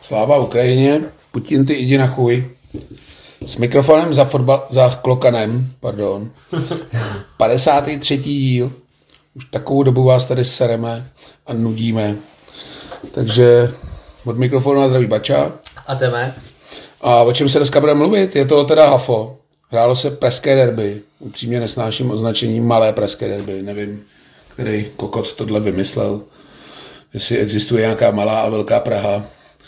Sláva Ukrajině, Putin ty jdi na chuj. S mikrofonem za klokanem, pardon. 53. díl. Už takovou dobu vás tady sereme a nudíme. Takže od mikrofonu na zdraví Bača. A tebe. A o čem se dneska budeme mluvit? Je to teda Hafo. Hrálo se pražské derby. Upřímně nesnáším označení malé pražské derby. Nevím, který kokot tohle vymyslel. Jestli existuje nějaká malá a velká Praha.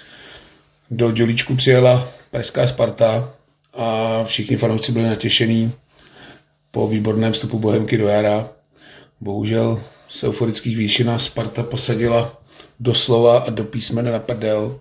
Do Dělíčku přijela pražská Sparta a všichni fanoušci byli natěšení po výborném vstupu Bohemky do jara. Bohužel z euforických výšin Sparta posadila doslova a do písmene na prdel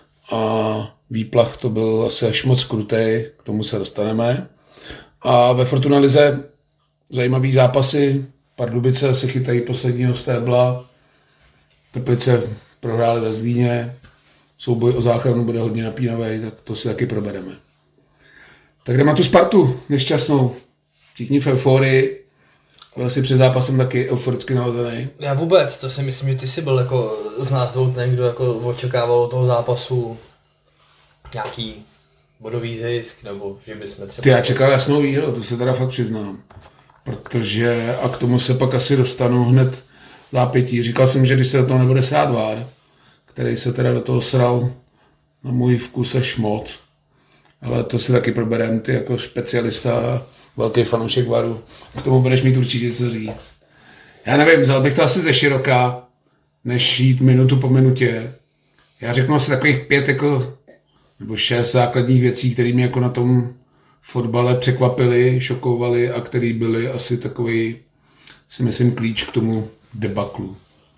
a výplach to byl asi až moc krutej, k tomu se dostaneme. A ve Fortuna lize zajímavý zápasy, Pardubice se chytají posledního stébla, Teplice prohráli ve Zlíně, souboj o záchranu bude hodně napínavý, tak to si taky probereme. Tak jdeme na tu Spartu nešťastnou. Všichni v euforii, byl si před zápasem taky euforicky nalazený. Já vůbec, to si myslím, že ty jsi byl jako z nás dvou ten, kdo jako očekával od toho zápasu nějaký bodový zisk, nebo že bychom třeba... Ty, já čekal jasnou výhru, to se teda fakt přiznám. Protože, a k tomu se pak asi dostanu hned zápětí. Říkal jsem, že když se do toho nebude srát VAR, který se teda do toho sral na můj vkus až moc. Ale to si taky proberem, ty jako specialista, velký fanoušek VARu. K tomu budeš mít určitě co říct. Já nevím, vzal bych to asi ze široka, než jít minutu po minutě. Já řeknu asi takových 5 jako, nebo 6 základních věcí, které mě jako na tom fotbale překvapily, šokovaly a které byly asi takový, si myslím, klíč k tomu debaklu.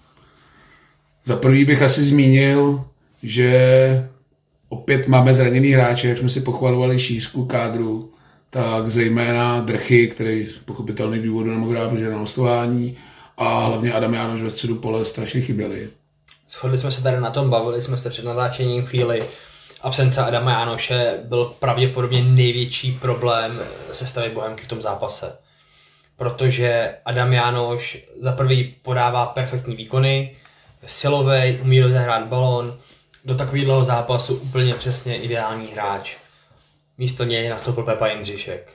Za prvý bych asi zmínil, že opět máme zraněný hráče, jak jsme si pochvalovali šířku kádru, tak zejména Drchy, který z pochopitelných důvodů nemohl hrát, protože na hostování, a hlavně Adam Jánoš ve středu pole strašně chyběli. Shodli jsme se tady na tom, bavili jsme se před natáčením chvíli. Absence Adama Jánoše byl pravděpodobně největší problém sestavy Bohemky v tom zápase. Protože Adam Jánoš za prvý podává perfektní výkony, silovej, umí rozehrát balón, do takového zápasu úplně přesně ideální hráč. Místo něj nastoupil Pepa Jindřišek.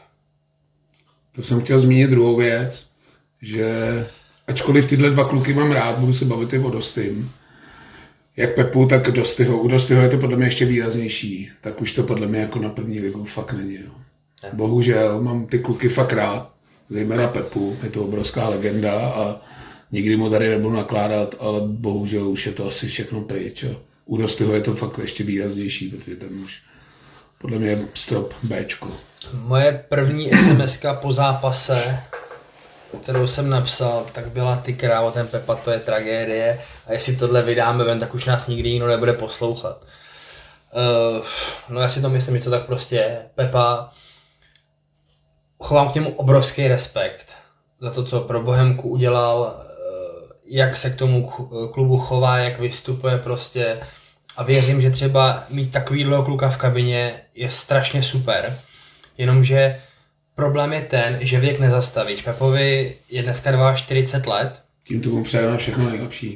To jsem chtěl zmínit druhou věc, že ačkoliv tyhle dva kluky mám rád, budu se bavit i o Dostym. Jak Pepu, tak Dostyho. U Dostyho je to podle mě ještě výraznější, tak už to podle mě jako na první ligu fakt není. No. Bohužel mám ty kluky fakt rád, zejména Pepu, je to obrovská legenda a nikdy mu tady nebudu nakládat, ale bohužel už je to asi všechno pryč. U Dostyho je to fakt ještě výraznější, protože tam už podle mě je strop Bčko. Moje první SMS-ka po zápase, kterou jsem napsal, tak byla ty krávo, ten Pepa, to je tragédie a jestli tohle vydáme ven, tak už nás nikdy nikdo nebude poslouchat. No já si to myslím, že to tak prostě je. Pepa, chovám k němu obrovský respekt za to, co pro Bohemku udělal, jak se k tomu klubu chová, jak vystupuje prostě a věřím, že třeba mít takovýhle kluka v kabině je strašně super, jenomže problém je ten, že věk nezastavíš. Pepovi je dneska 42 let. Tím tomu přejeme všechno nejlepší.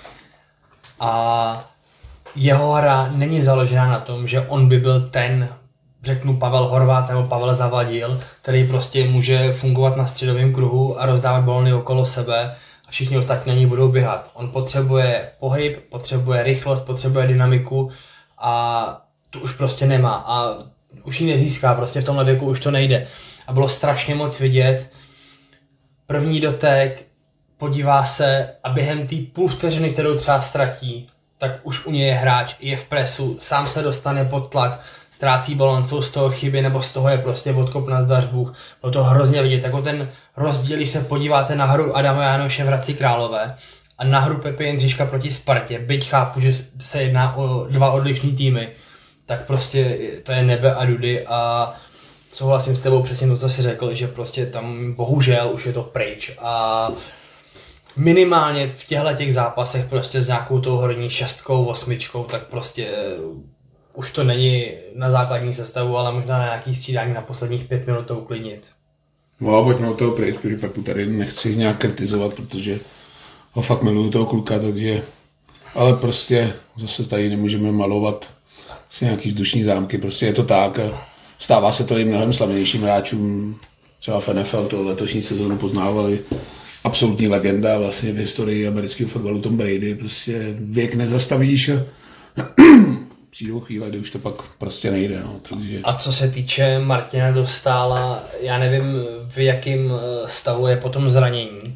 A jeho hra není založena na tom, že on by byl ten, řeknu Pavel Horváth nebo Pavel Zavadil, který prostě může fungovat na středovém kruhu a rozdávat balony okolo sebe a všichni ostatní na něj budou běhat. On potřebuje pohyb, potřebuje rychlost, potřebuje dynamiku a tu už prostě nemá. A už ji nezíská, prostě v tomhle věku už to nejde. A bylo strašně moc vidět. První dotek, podívá se a během té půl vteřiny, kterou třeba ztratí, tak už u něj je hráč, je v presu, sám se dostane pod tlak, ztrácí balon, jsou z toho chyby, nebo z toho je prostě odkop na zdař-Bůh. Bylo to hrozně vidět, jako ten rozdíl, když se podíváte na hru Adama Jánoše v Hradci Králové a na hru Pepy Jindřiška proti Spartě, byť chápu, že se jedná o dva odlišný týmy, tak prostě to je nebe a dudy a souhlasím s tebou přesně to, co jsi řekl, že prostě tam bohužel už je to pryč a minimálně v těchto zápasech prostě s nějakou tou horní 6, 8, tak prostě už to není na základní sestavu, ale možná na nějaký střídání na posledních 5 minut to uklidnit. No a pojďme od toho pryč, protože Pepu tady nechci nějak kritizovat, protože ho fakt miluju toho kluka, takže ale prostě zase tady nemůžeme malovat asi nějaký vzdušní zámky, prostě je to tak a stává se to i mnohem slavnějším hráčům, třeba v NFL to letošní sezónu poznávali absolutní legenda vlastně v historii amerického fotbalu Tom Brady, prostě věk nezastavíš a přijdou chvíle, kdy už to pak prostě nejde. No, takže... A co se týče Martina Dostála, já nevím, v jakém stavu je po tom zranění.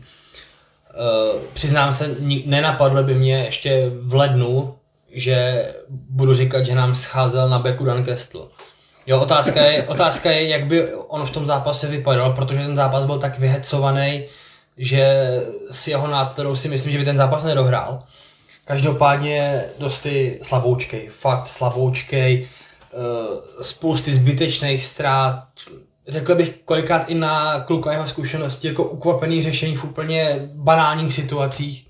Přiznám se, nenapadlo by mě ještě v lednu, že budu říkat, že nám scházel na beku Dan Kestl. Jo, otázka je, jak by on v tom zápase vypadal, protože ten zápas byl tak vyhecovaný, že s jeho nátledou si myslím, že by ten zápas nedohrál. Každopádně dosti slaboučkej, fakt slaboučkej, spousty zbytečných ztrát. Řekl bych kolikrát i na kluka jeho zkušenosti, jako ukvapený řešení v úplně banálních situacích.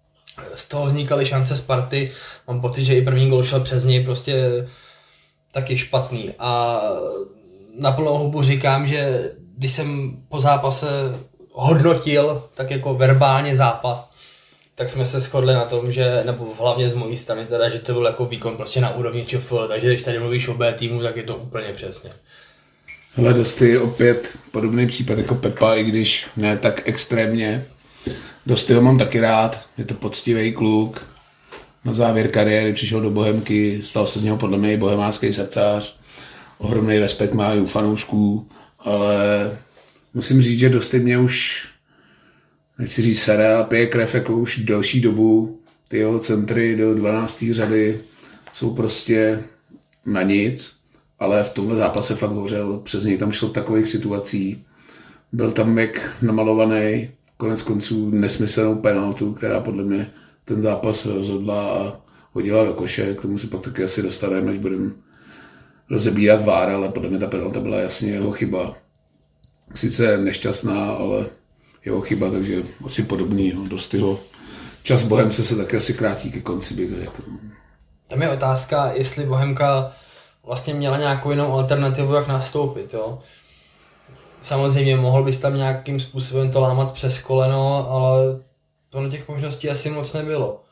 Z toho vznikaly šance Sparty. Mám pocit, že i první gól šel přes něj, prostě taky špatný. A na plnou hubu říkám, že když jsem po zápase hodnotil tak jako verbálně zápas, tak jsme se shodli na tom, že, nebo hlavně z mojí strany teda, že to byl jako výkon prostě na úrovni ČFL, takže když tady mluvíš o B týmu, tak je to úplně přesně. Hele, Dosty opět podobný případ jako Pepa, i když ne tak extrémně. Dosty ho mám taky rád, je to poctivý kluk. Na závěr kariéry přišel do Bohemky, stal se z něho podle mě bohemácký srdcař. Ohromný respekt má i u fanoušků, ale musím říct, že Dosty mě už, nechci říct sere, pije krev jako už delší dobu. Ty jeho centry do 12. řady jsou prostě na nic, ale v tomhle zápase fakt hořel. Přes něj tam šlo takových situací. Byl tam jak namalovaný, konec konců nesmyslnou penaltu, která podle mě ten zápas rozhodla a hodila do koše. K tomu si pak taky asi dostaneme, až budeme rozebírat VAR, ale podle mě ta penalta byla jasně jeho chyba. Sice nešťastná, ale jeho chyba, takže asi podobný. Dostyho čas Bohemce se taky asi krátí ke konci, bych řekl. Tam je otázka, jestli Bohemka vlastně měla nějakou jinou alternativu, jak nastoupit. Jo? Samozřejmě mohl bys tam nějakým způsobem to lámat přes koleno, ale to na těch možností asi moc nebylo.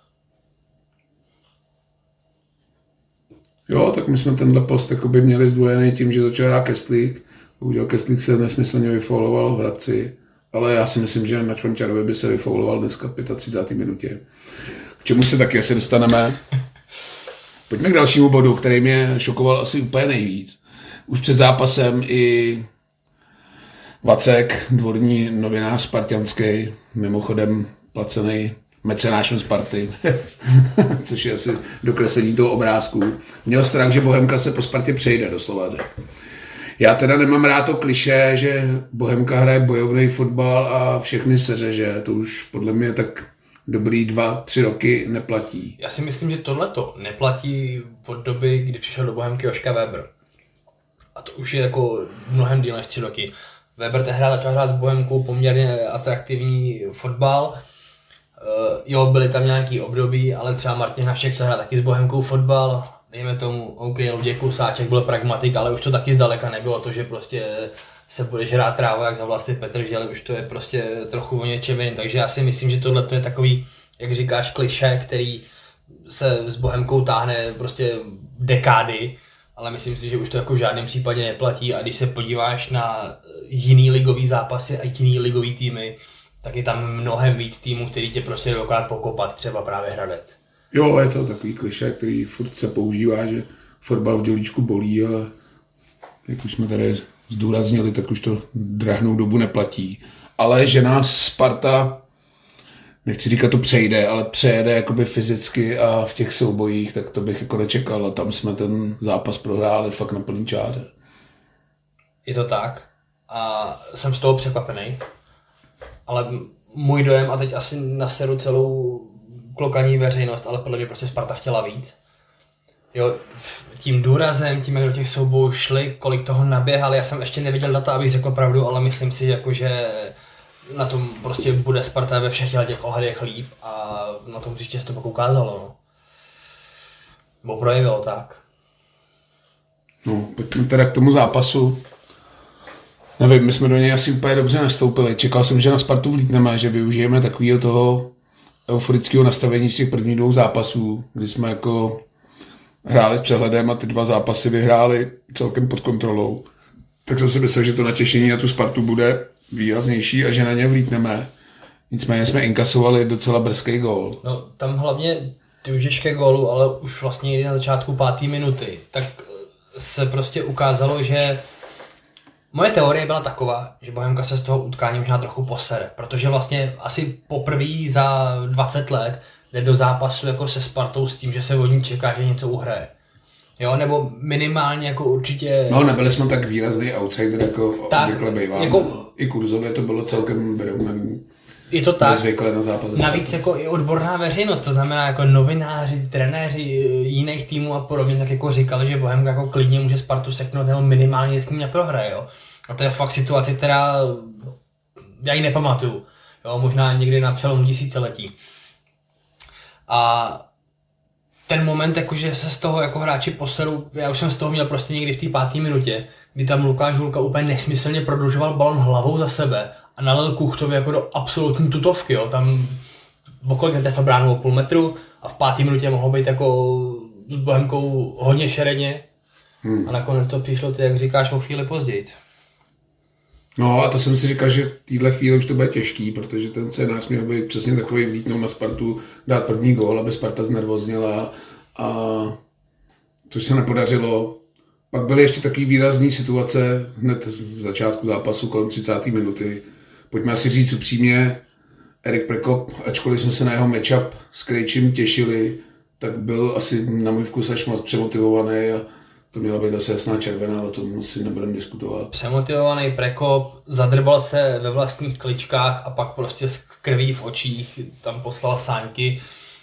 Jo, tak my jsme tenhle post by měli zdvojený tím, že začal hrát Kestlík. Bohužel Kestlík se nesmyslně vyfouloval v Hradci, ale já si myslím, že na Čvančarovi by se vyfouloval dneska v 35. minutě. K čemu se taky asi dostaneme. Pojďme k dalšímu bodu, který mě šokoval asi úplně nejvíc. Už před zápasem i Vacek, dvorní novinář spartianský, mimochodem placený mecenášem Sparty, což je asi dokreslení toho obrázku, měl strach, že Bohemka se po Spartě přejde, doslova řekl. Já teda nemám rád to klišé, že Bohemka hraje bojovný fotbal a všechny seřeže. To už podle mě tak dobrý 2-3 roky neplatí. Já si myslím, že tohleto neplatí od doby, kdy přišel do Bohemky Joška Weber. A to už je jako mnohem díl než 3 roky. Weber tehdy začal hrát s Bohemkou poměrně atraktivní fotbal. Jo, byly tam nějaký období, ale třeba Martin Hašek to hrál taky s Bohemkou fotbal. Dejme tomu, OK, Luděk Klusáček byl pragmatik, ale už to taky zdaleka nebylo to, že prostě se budeš hrát trávu jak za Vlasty Petrží, ale už to je prostě trochu o něčem jiným. Takže já si myslím, že tohle je takový, jak říkáš, klišé, který se s Bohemkou táhne prostě dekády, ale myslím si, že už to jako v žádném případě neplatí a když se podíváš na jiný ligový zápasy a jiný ligový týmy, tak je tam mnohem víc týmů, který tě prostě dokáže pokopat, třeba právě Hradec. Jo, je to takový klišé, který furt se používá, že fotbal v dělíčku bolí, ale jak už jsme tady zdůraznili, tak už to drahnou dobu neplatí. Ale že nás Sparta, nechci říkat to přejde, ale přejede jakoby fyzicky a v těch soubojích, tak to bych jako nečekal. A tam jsme ten zápas prohráli fakt na plný čáře. Je to tak a jsem z toho překvapený, ale můj dojem, a teď asi naseru celou klokaní veřejnost, ale podle mě prostě Sparta chtěla víc. Jo, tím důrazem, tím, jak do těch soubojů šli, kolik toho naběhali, já jsem ještě neviděl data, abych řekl pravdu, ale myslím si, jako, že na tom prostě bude Sparta ve všech těch ohledech líp a na tom příště se to pak ukázalo. No. Bo projevilo tak. No, pojďme teda k tomu zápasu. Nevím, my jsme do něj asi úplně dobře nastoupili. Čekal jsem, že na Spartu vlítneme, že využijeme takového toho euforického nastavení z těch prvních 2 zápasů, kdy jsme jako hráli s přehledem a ty 2 zápasy vyhráli celkem pod kontrolou, tak jsem si myslel, že to natěšení na tu Spartu bude výraznější a že na ně vlítneme. Nicméně jsme inkasovali docela brzký gól. No tam hlavně ty už jdeš ke gólu, ale už vlastně jde na začátku 5. minuty, tak se prostě ukázalo, že moje teorie byla taková, že Bohemka se z toho utkání možná trochu posere, protože vlastně asi poprvé za 20 let jde do zápasu jako se Spartou s tím, že se od ní čeká, že něco uhraje. Jo, nebo minimálně jako určitě... No, nebyli jsme tak výrazný outsider, jako obvykle býváme. Jako... I kurzově to bylo celkem vyrovnaný. Je to tak. Nezvykle na zápas. Navíc jako i odborná veřejnost, to znamená jako novináři, trenéři jiných týmů a podobně, tak jako říkali, že Bohemka jako klidně může Spartu seknout nebo minimálně s ní neprohraje, jo. A to je fakt situace, která já ji nepamatuju, jo, možná někdy na přelomu tisíciletí. A ten moment, jakože se z toho jako hráči poserou, já už jsem z toho měl prostě někdy v té 5. minutě, kdy tam Lukáš Hulka úplně nesmyslně prodlužoval balon hlavou za sebe a nalil Kuchtovi jako do absolutní tutovky, jo, tam okolí té bránu o půl metru a v 5. minutě mohlo být jako s Bohemkou hodně šeredně a nakonec to přišlo, ty jak říkáš, o chvíli později. No a to jsem si říkal, že v téhle chvíli už to bude těžký, protože ten scénář měl být přesně takový vítnout na Spartu, dát první gól, aby Sparta znervozněla a což se nepodařilo. Pak byly ještě takový výrazný situace hned v začátku zápasu kolem 30. minuty. Pojďme si říct upřímně, Erik Prekop, ačkoliv jsme se na jeho matchup s Krejčím těšili, tak byl asi na můj vkus až moc přemotivovaný a to měla být asi jasná červená, o tom si nebudeme diskutovat. Přemotivovaný Prekop, zadrbal se ve vlastních kličkách a pak prostě s krví v očích tam poslal sáňky.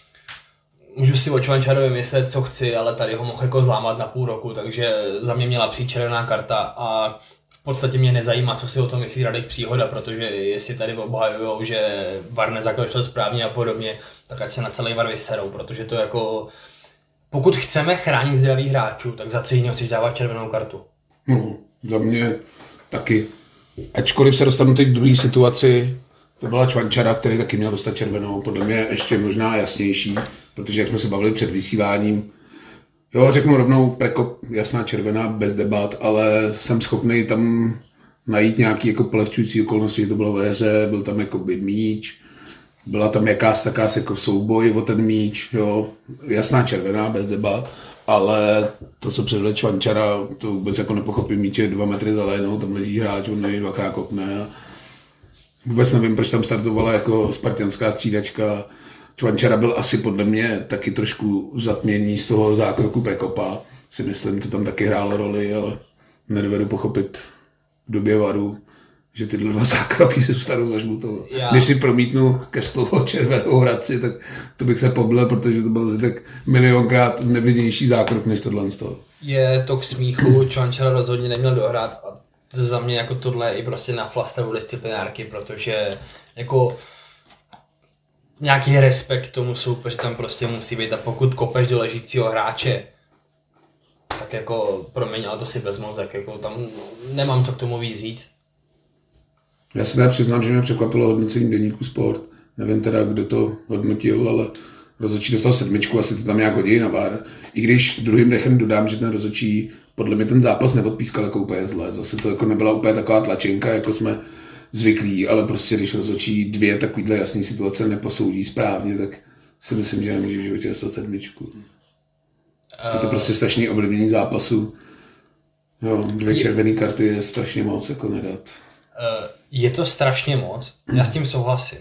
Můžu si o Čvančarovi myslet, co chci, ale tady ho mohl jako zlámat na půl roku, takže za mě měla přijít červená karta a v podstatě mě nezajímá, co si o tom myslí Radek Příhoda, protože jestli tady obhajujou, že VAR nezakročil správně a podobně, tak ať se na celý VAR vyserou, protože to jako... Pokud chceme chránit zdraví hráčů, tak za co jiného chceš dávat červenou kartu? No, za mě taky. Ačkoliv se dostanu teď k druhé situaci, to byla Čvančara, který taky měl dostat červenou, podle mě ještě možná jasnější, protože jak jsme se bavili před vysíláním, jo, řeknu rovnou Prekop, jasná červená, bez debat, ale jsem schopný tam najít nějaký jako polehčující okolnosti, že to bylo ve hře, byl tam jako míč, byla tam jakási jako souboj o ten míč, jo, jasná červená, bez debat, ale to, co předvedl Čvančara, to vůbec jako nepochopím, míč je 2 metry za lénou, tam leží hráč, on neví, 2krát kopne a vůbec nevím, proč tam startovala jako spartianská střídačka. Čvančara byl asi podle mě taky trošku zatmění z toho zákroku Prekopa, si myslím, to tam taky hrálo roli, ale nedovedu pochopit v době VARu, že tyhle 2 zákroky se stanou za žlutou. Když si promítnu ke slovu červenou Hradci, tak to bych se poblil, protože to byl tak milionkrát nevinnější zákrok než tohle z toho. Je to k smíchu, Čvančara rozhodně neměl dohrát a za mě jako tohle je i prostě na flasteru disciplinárky, protože jako nějaký respekt tomu soupeři tam prostě musí být a pokud kopeš do ležícího hráče, tak jako promiň, ale to si bez mozek, jako tam nemám co k tomu víc říct. Já se teda přiznám, že mě překvapilo hodnocení deníku Sport. Nevím teda, kdo to hodnotil, ale rozhodčí dostal 7, asi to tam nějak hodí na VAR. I když druhým dechem dodám, že ten rozhodčí podle mě ten zápas neodpískal jako úplně zle. Zase to jako nebyla úplně taková tlačenka, jako jsme zvyklí, ale prostě když rozhodčí 2 takovýhle jasné situace neposoudí správně, tak si myslím, že nemůže v životě dostat 7. Je to prostě strašný ovlivnění zápasu. Jo, 2 červené karty je strašně moc, jako nedat. Je to strašně moc, já s tím souhlasím.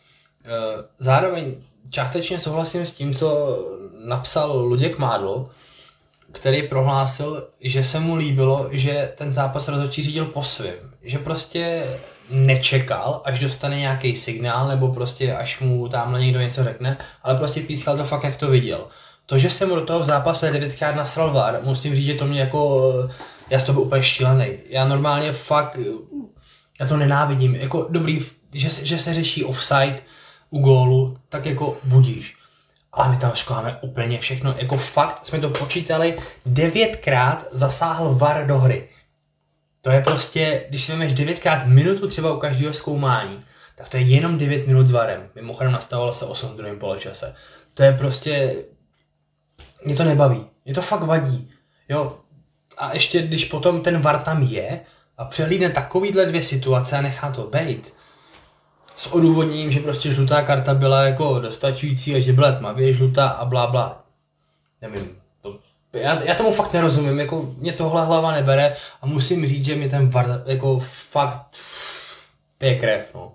Zároveň částečně souhlasím s tím, co napsal Luděk Mádl, který prohlásil, že se mu líbilo, že ten zápas rozhodčí řídil po svým. Že prostě nečekal, až dostane nějaký signál, nebo prostě až mu tamhle někdo něco řekne, ale prostě pískal to fakt, jak to viděl. To, že se mu do toho v zápase 9krát nasral VAR, musím říct, že to mě jako... Já jsem to byl úplně šílený. Já normálně fakt... Já to nenávidím. Jako dobrý, že se řeší offside u gólu, tak jako budíš. Ale my tam školáme úplně všechno. Jako fakt jsme to počítali, 9krát zasáhl VAR do hry. To je prostě, když si vezmeš 9krát minutu třeba u každého zkoumání, tak to je jenom 9 minut s VARem. Mimochodem nastavovalo se 8 v druhém poločase. To je prostě... Mě to nebaví. Mě to fakt vadí. Jo. A ještě když potom ten VAR tam je a přehlídne takovýhle 2 situace a nechá to bejt, s odůvodněním, že prostě žlutá karta byla jako dostačující a že byla tmavě žlutá a blá blá. Nevím. Já tomu fakt nerozumím, jako mě tohle hlava nebere a musím říct, že mi ten VAR jako fakt pije krev, no.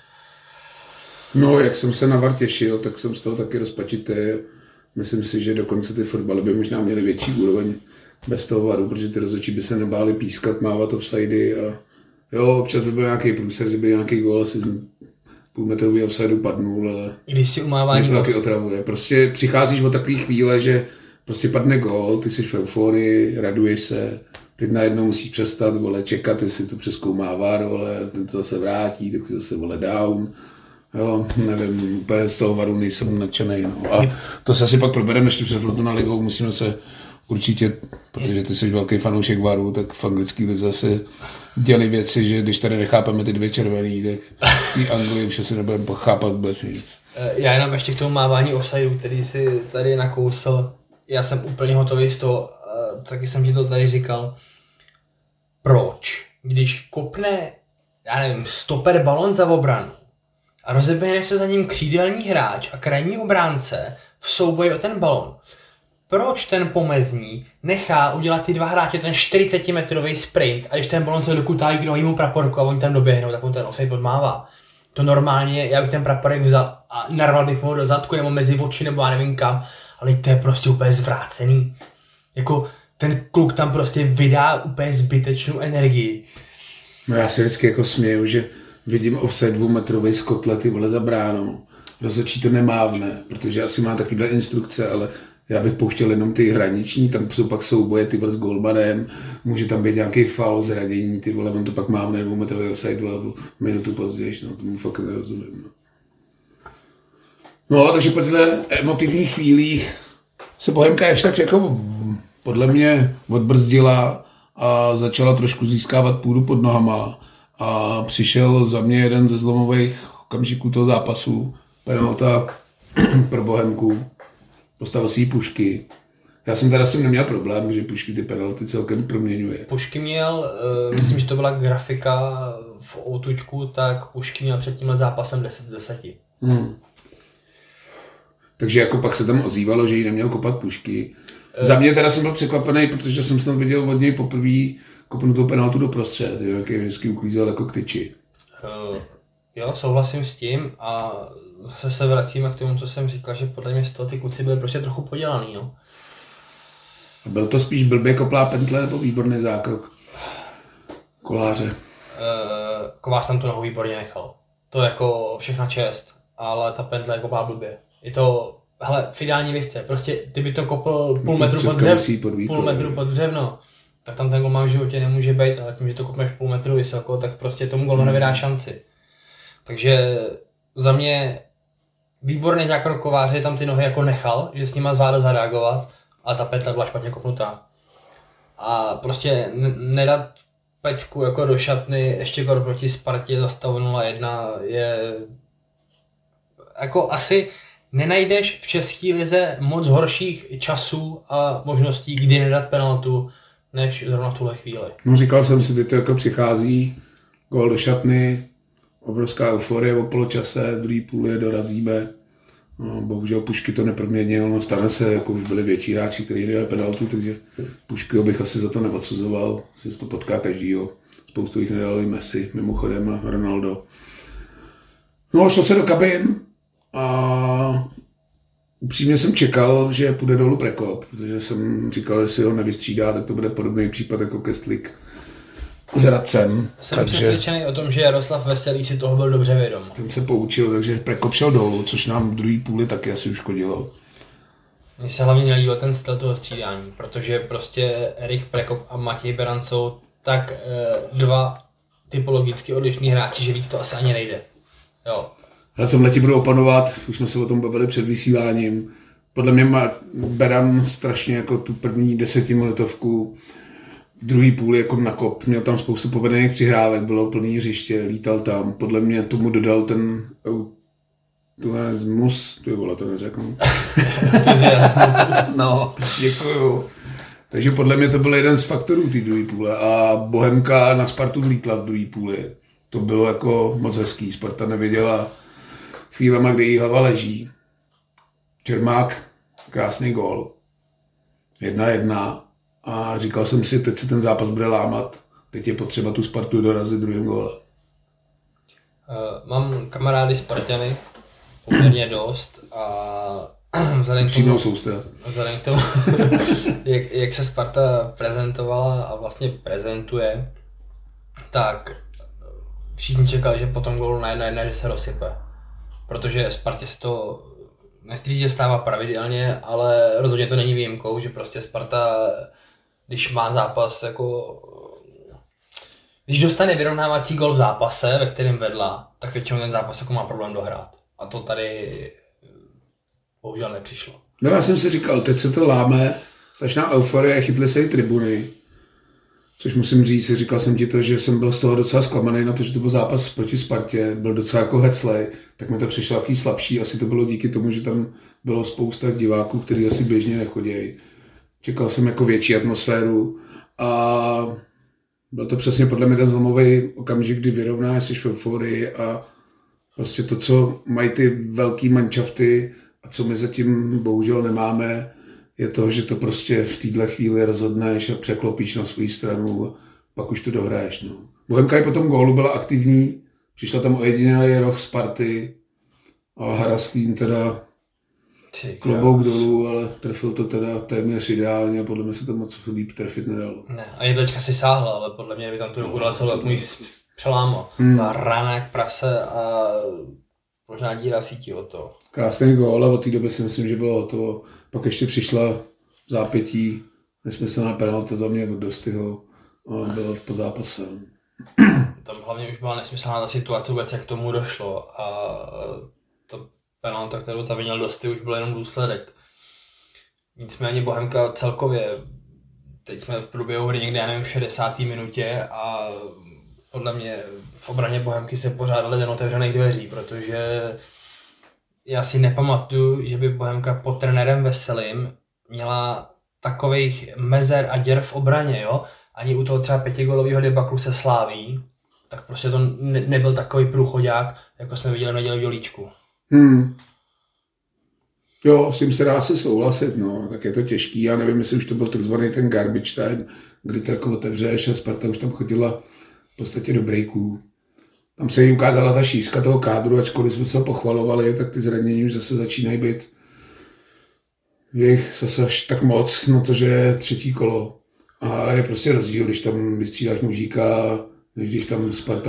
No, jak jsem se na VAR těšil, tak jsem z toho taky rozpačitý. Myslím si, že dokonce ty fotbaly by možná měly větší úroveň bez toho VARu, protože ty rozhodčí by se nebáli pískat, mávat offsidy a jo, občas by byl nějaký průser, že by nějaký gól asi půlmetrový offsideu padnul, ale když si umávání mě to taky otravuje. Prostě přicházíš o takový chvíle, že prostě padne gól, ty jsi v euforii, raduješ se, teď najednou musíš přestat, vole, čekat, jestli to přezkoumá VAR, vole, ten to zase vrátí, tak si zase, vole, down. Jo, nevím, úplně z toho VARu nejsem nadšenej. No. A to se asi pak probereme ještě před na ligou, musíme se určitě, protože ty jsi velký fanoušek VARu, tak v anglický lize se děli věci, že když tady nechápeme ty 2 červený, tak v Anglii už asi nebudeme chápat vůbec nic. Já jenom ještě k tomu mávání offsideu, který si tady nakousl, já jsem úplně hotový z toho, taky jsem ti to tady říkal. Proč? Když kopne, já nevím, stoper balon za obranu a rozeběhne se za ním křídelní hráč a krajní obránce v souboji o ten balon, proč ten pomezní nechá udělat ty 2 hráče ten 40-metrový sprint a když ten balon se dokutá k nohému praporku a oni tam doběhnou, tak on ten offside odmává. To normálně, já bych ten praporek vzal a narval bych mu do zadku nebo mezi oči nebo já nevím kam, ale to je prostě úplně zvrácený. Jako ten kluk tam prostě vydá úplně zbytečnou energii. No já si vždycky jako směju, že vidím offside 2metrový z kotle, ty vole, za bránou. Rozhodčí to nemávne, protože asi má takovýhle instrukce, ale já bych pouštěl jenom ty hraniční, tam jsou pak souboje, ty vole, s golmanem, může tam být nějaký faul, zradění, ty vole, on to pak mávne 2metrový offside a minutu později, no tomu fakt nerozumím. No, takže po těchto emotivních chvílích se Bohemka ještě tak jako podle mě odbrzdila a začala trošku získávat půdu pod nohama a přišel za mě jeden ze zlomových okamžiků toho zápasu, penalta pro Bohemku, postavil si jí Pušky. Já jsem teda s tím neměl problém, že Pušky ty penalty celkem proměňuje. Pušky měl, myslím, že to byla grafika v outučku, tak Pušky měl před tímhle zápasem 10 z 10. Takže jako pak se tam ozývalo, že jí neměl kopat Pušky. Za mě teda jsem byl překvapený, protože jsem snad viděl od něj poprvé kopnutou penaltu do prostřed, jaký vždycky uklízel jako k tyči. Jo, souhlasím s tím a zase se vracíme k tomu, co jsem říkal, že podle mě z toho ty kluci byli prostě trochu podělaný, no. Byl to spíš blbě koplá pentle nebo výborný zákrok Koláře? Kovář tam tu nohu výborně nechal. To jako všechna čest, ale ta pentle je koplá blbě. Je to, hele, v ideální věchce, prostě kdyby to kopl půl metru pod břevno, tak tam ten golman v životě nemůže být, ale tím, že to kopneš půl metru vysoko, tak prostě tomu golmanovi dá šanci. Takže za mě výborný zákrok Kováře, tam ty nohy jako nechal, že s nima zvládl zareagovat a ta pentle byla špatně kopnutá. A prostě nedat pecku jako do šatny ještě proti Spartě za stavu 0-1 je jako asi nenajdeš v české lize moc horších časů a možností, kdy nedat penaltu, než zrovna v tuhle chvíli. No říkal jsem si, teď to jako přichází, gól do šatny, obrovská euforie o poločase, druhý půl je dorazíme. No, bohužel Pušky to neproměnil, no stane se, jako už byli větší hráči, kteří dali penaltu, takže Pušky bych asi za to neodsuzoval, se to potká každýho. Spoustu jich nedalo i Messi, mimochodem a Ronaldo. No, šlo se do kabin a upřímně jsem čekal, že půjde dolů Prekop, protože jsem říkal, že si ho nevystřídá, tak to bude podobný případ jako Kestlik s Radcem. Jsem přesvědčený o tom, že Jaroslav Veselý si toho byl dobře vědom. Ten se poučil, takže Prekop šel dolů, což nám v druhý půli taky asi uškodilo. Mně se hlavně nelíbil ten styl toho střídání, protože prostě Erik Prekop a Matěj Beran jsou tak dva typologicky odlišní hráči, že víc to asi ani nejde. Jo. Ale tomhle ti budu opanovat, už jsme se o tom bavili před vysíláním. Podle mě má Beran strašně jako tu první 10minutovku, druhý půl jako nakop. Měl tam spoustu povedených přihrávek, bylo plný hřiště, lítal tam. Podle mě tomu dodal ten Entuziasmus, ty vole, to neřeknu. No, Děkuju. Takže podle mě to byl jeden z faktorů té druhé půle a Bohemka na Spartu vlítla v druhé půli. To bylo jako moc hezký. Sparta nevěděla chvílema, kdy jí hlava leží. Čermák, krásný gól. 1-1 a říkal jsem si, teď se ten zápas bude lámat. Teď je potřeba tu Spartu dorazit druhým gólem. Mám kamarády Spartany, poměrně dost a vzhledem k tomu, jak se Sparta prezentovala a vlastně prezentuje, tak všichni čekali, že po tom gólu na 1-1, že se rozsype. Protože Spartě se to nechci, že stává pravidelně, ale rozhodně to není výjimkou, že prostě Sparta, když má zápas jako... Když dostane vyrovnávací gól v zápase, ve kterém vedla, tak většinou ten zápas jako má problém dohrát. A to tady bohužel nepřišlo. No já jsem si říkal, teď se to láme, strašná euforie, chytli se i tribuny. Což musím říct, říkal jsem ti to, že jsem byl z toho docela zklamaný na to, že to byl zápas proti Spartě, byl docela jako heclej, tak mi to přišlo takový slabší, asi to bylo díky tomu, že tam bylo spousta diváků, kteří asi běžně nechodí. Čekal jsem jako větší atmosféru a byl to přesně podle mě ten zlomový okamžik, kdy vyrovnáš, jsi v euforii a prostě to, co mají ty velký manšafty a co my zatím bohužel nemáme, je to, že to prostě v této chvíli rozhodneš a překlopíš na svou stranu, pak už to dohraješ. No. Bohemka i po tom gólu byla aktivní, přišla tam ojedinělý roh Sparty a Harastín teda klobouk dolů, ale trefil to teda téměř ideálně a podle mě se to moc líp trefit nedalo. Ne, a Jedlička si sáhla, ale podle mě by tam tu ruku dala celou, jak můj přelámo. Byla rána jak prase a možná díra v síti od toho. Krásný gól a od té doby si myslím, že bylo hotovo. Pak ještě přišla v zápětí nesmyslná penalta za mě od Dostyho a byla v zápase. Tam hlavně už byla nesmyslná ta situace vůbec, jak k tomu došlo a ta penalta, kterou tam viděl Dosty, už byl jenom důsledek. Nicméně Bohemka celkově, teď jsme v průběhu hry někde, já nevím, v 60. minutě a podle mě v obraně Bohemky se pořád den otevřených dveří, protože já si nepamatuju, že by Bohemka pod trenérem Veselým měla takových mezer a děr v obraně, jo? Ani u toho třeba 5gólového debaklu se Sláví, tak prostě to nebyl takový průchodák, jako jsme viděli v neděli v Dělíčku. Jo, s tím se dá si souhlasit, no, tak je to těžký, já nevím, jestli už to byl takzvaný ten garbage time, kdy to jako otevřeš a Sparta už tam chodila v podstatě do breaků. Tam se jí ukázala ta šířka toho kádru, ačkoliv jsme se ho pochvalovali, tak ty zranění už zase začínají být jich zase až tak moc na to, že je třetí kolo. A je prostě rozdíl, když tam vystřídáš mužíka, než když tam Sparta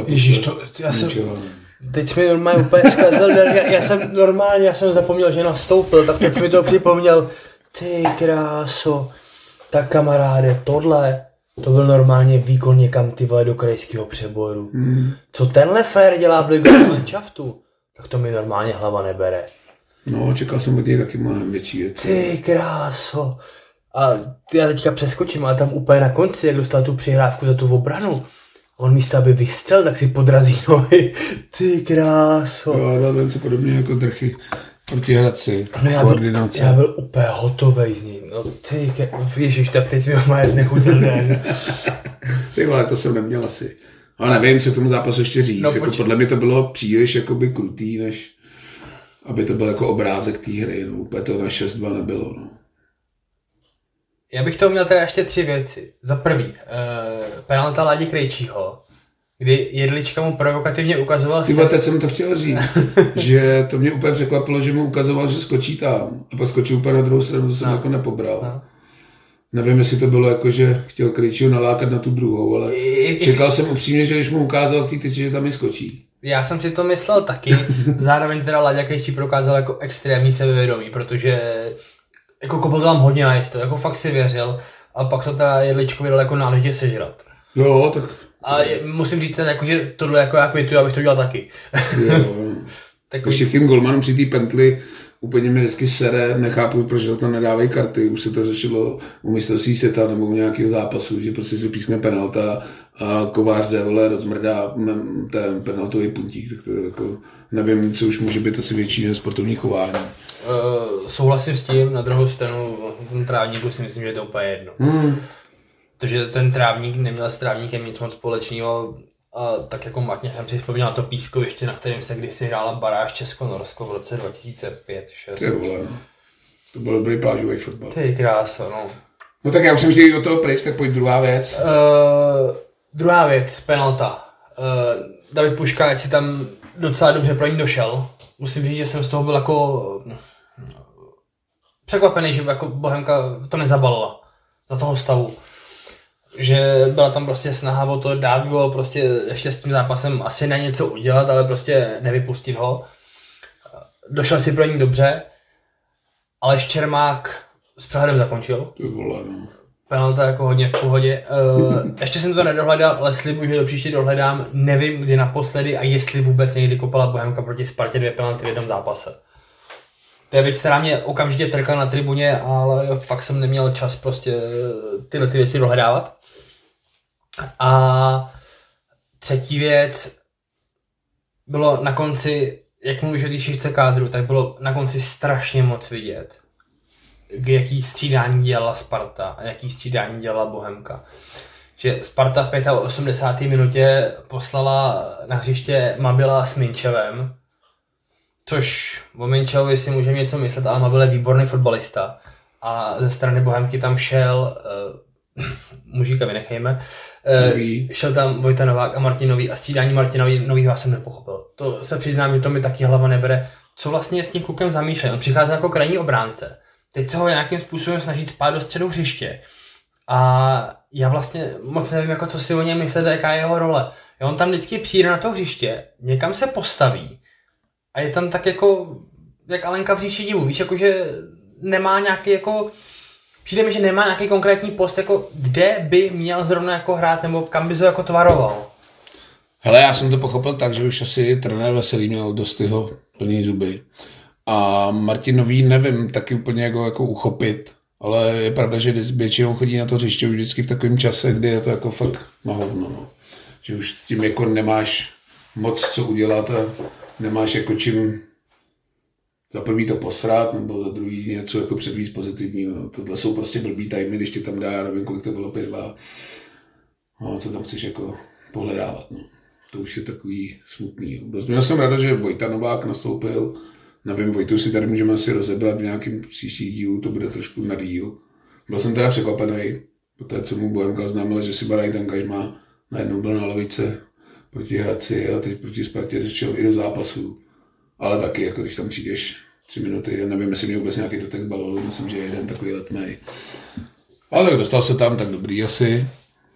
teď mi normálně úplně zkazil, já jsem zapomněl, že nastoupil, tak teď mi to připomněl. Ty kráso, tak kamaráde, tohle, to byl normálně výkon někam ty vole do krajského přeboru. Co tenhle fér dělá v ligovém manšaftu, tak to mi normálně hlava nebere. No, čekal jsem od něj taky mnohem větší věci. Ty kráso. A já teďka přeskočím, ale tam úplně na konci, jak dostal tu přihrávku za tu obranu, on místo, aby vystřel, tak si podrazí nohy. Ty kráso. Jo, ale něco podobně jako Drchy proti Hradci. No já byl úplně hotovej z ní. No ty ježiš, tak teď mi ho má nechudil den. Ty vole, to jsem neměl asi. Ale nevím, co k tomu zápasu ještě říct. No, jako podle mě to bylo příliš jakoby krutý, než aby to byl jako obrázek té hry. No, úplně to na 6-2 nebylo. No. Já bych to měl teda ještě 3 věci. Za prvý, penalta Ládi Krejčího, kdy Jedlička mu provokativně ukazoval... Teď jsem to chtěl říct, že to mě úplně překvapilo, že mu ukazoval, že skočí tam a pak skočil úplně na druhou stranu, to jsem jako nepobral. No. Nevím, jestli to bylo jako, že chtěl Krejčího nalákat na tu druhou, ale čekal jsem upřímně, že když mu ukázal k té tyči, že tam i skočí. Já jsem si to myslel taky, zároveň teda Láďa Krejčí prokázal jako extrémní sebevědomí, protože jako kopal to tam hodně najisto, jako fakt si věřil, ale pak to teda Jedličkovi dal jako náležitě sežrat. Jo, tak... A musím říct teda, jako, že tohle jako já kvituju, abych to dělal taky. Tak ještě k tím golmanům při té pentli úplně mi vždycky sere, nechápu, proč za to nedávají karty, už se to řešilo u mistrovství světa nebo u nějakého zápasu, že prostě se pískne penalta a kovář jde, vole, rozmrdá ten penaltový puntík, tak to jako, nevím, co už může být asi větší než sportovní chování. Souhlasím s tím, na druhou stranu ten trávníku si myslím, že je to úplně jedno. Protože ten trávník neměl s trávníkem nic moc společného. A tak jako Martin jsem si vzpomněl to pískoviště, na kterém se kdysi hrála baráž Česko-Norsko v roce 2005-2006. Ty vole, no. To byl dobrý plážový fotbal. Ty krása, no. No tak já už jsem chtěl jít do toho pryč, tak pojď druhá věc. Druhá věc, penalta. David Puškáč si tam docela dobře pro ní došel. Musím říct, že jsem z toho byl jako překvapený, že jako Bohemka to nezabalila za toho stavu. Že byla tam prostě snaha o to dát gól, prostě ještě s tím zápasem asi na něco udělat, ale prostě nevypustit ho. Došel si pro ní dobře, ale Ščermák s přehledem zakončil. Ty vole, no. Penalta jako hodně v pohodě. Ještě jsem to nedohledal, ale slibuji, že do příště dohledám. Nevím, kdy naposledy a jestli vůbec někdy kopala Bohemka proti Spartě 2 penalty v jednom zápase. To je věc, která mě okamžitě trkala na tribuně, ale fakt jsem neměl čas prostě tyhle ty věci dohledávat. A třetí věc bylo na konci, jak mluvíš o té šichce kádru, tak bylo na konci strašně moc vidět, jaký střídání dělala Sparta a jaký střídání dělala Bohemka. Že Sparta v 85. minutě poslala na hřiště Mabila s Minčevem, což o Minčevovi si můžeme něco myslet, ale Mabil je výborný fotbalista. A ze strany Bohemky tam šel, mužíka vynechejme, šel tam Vojta Novák a Martin Nový a střídání Martina Novýho já jsem nepochopil. To se přiznám, že to mi taky hlava nebere. Co vlastně s tím klukem zamýšlel? On přichází jako krajní obránce. Teď se ho nějakým způsobem snažit spát do středu hřiště. A já vlastně moc nevím, jako co si o něm myslet, jaká je jeho role. On tam vždycky přijde na to hřiště, někam se postaví a je tam tak jako, jak Alenka v říši divu, víš, jakože nemá nějaký jako, přijde mi, že nemá nějaký konkrétní post, jako kde by měl zrovna jako hrát, nebo kam by se jako tvaroval. Hele, já jsem to pochopil tak, že už asi trenér Veselý měl dost jeho plný zuby. A Martin Nový nevím taky úplně jako uchopit, ale je pravda, že většinou chodí na to hřiště už vždycky v takovém čase, kdy je to jako fakt na hovno. No. Že už s tím jako nemáš moc co udělat a nemáš jako čím za prvý to posrat, nebo za druhý něco jako předvíc pozitivního. No. Tohle jsou prostě blbý tajmy, když tě tam dá, já nevím, kolik to bylo, 5-2. No, co tam chceš jako pohledávat. No. To už je takový smutný. Měl jsem ráda, že Vojta Novák nastoupil. Nevím, Vojtu si tady můžeme asi rozebrat v nějakém příští dílu, to bude trošku na díl. Byl jsem teda překvapený, protože co mu Bohemka oznámila, že si Barajt angažmá, najednou byl na lavice proti Hradci a teď proti Spartě došel i do zápasu. Ale taky, jako když tam přijdeš 3 minuty, já nevím, jestli měl vůbec nějaký dotek balónu, myslím, že jeden takový letmej. Ale tak dostal se tam, tak dobrý asi.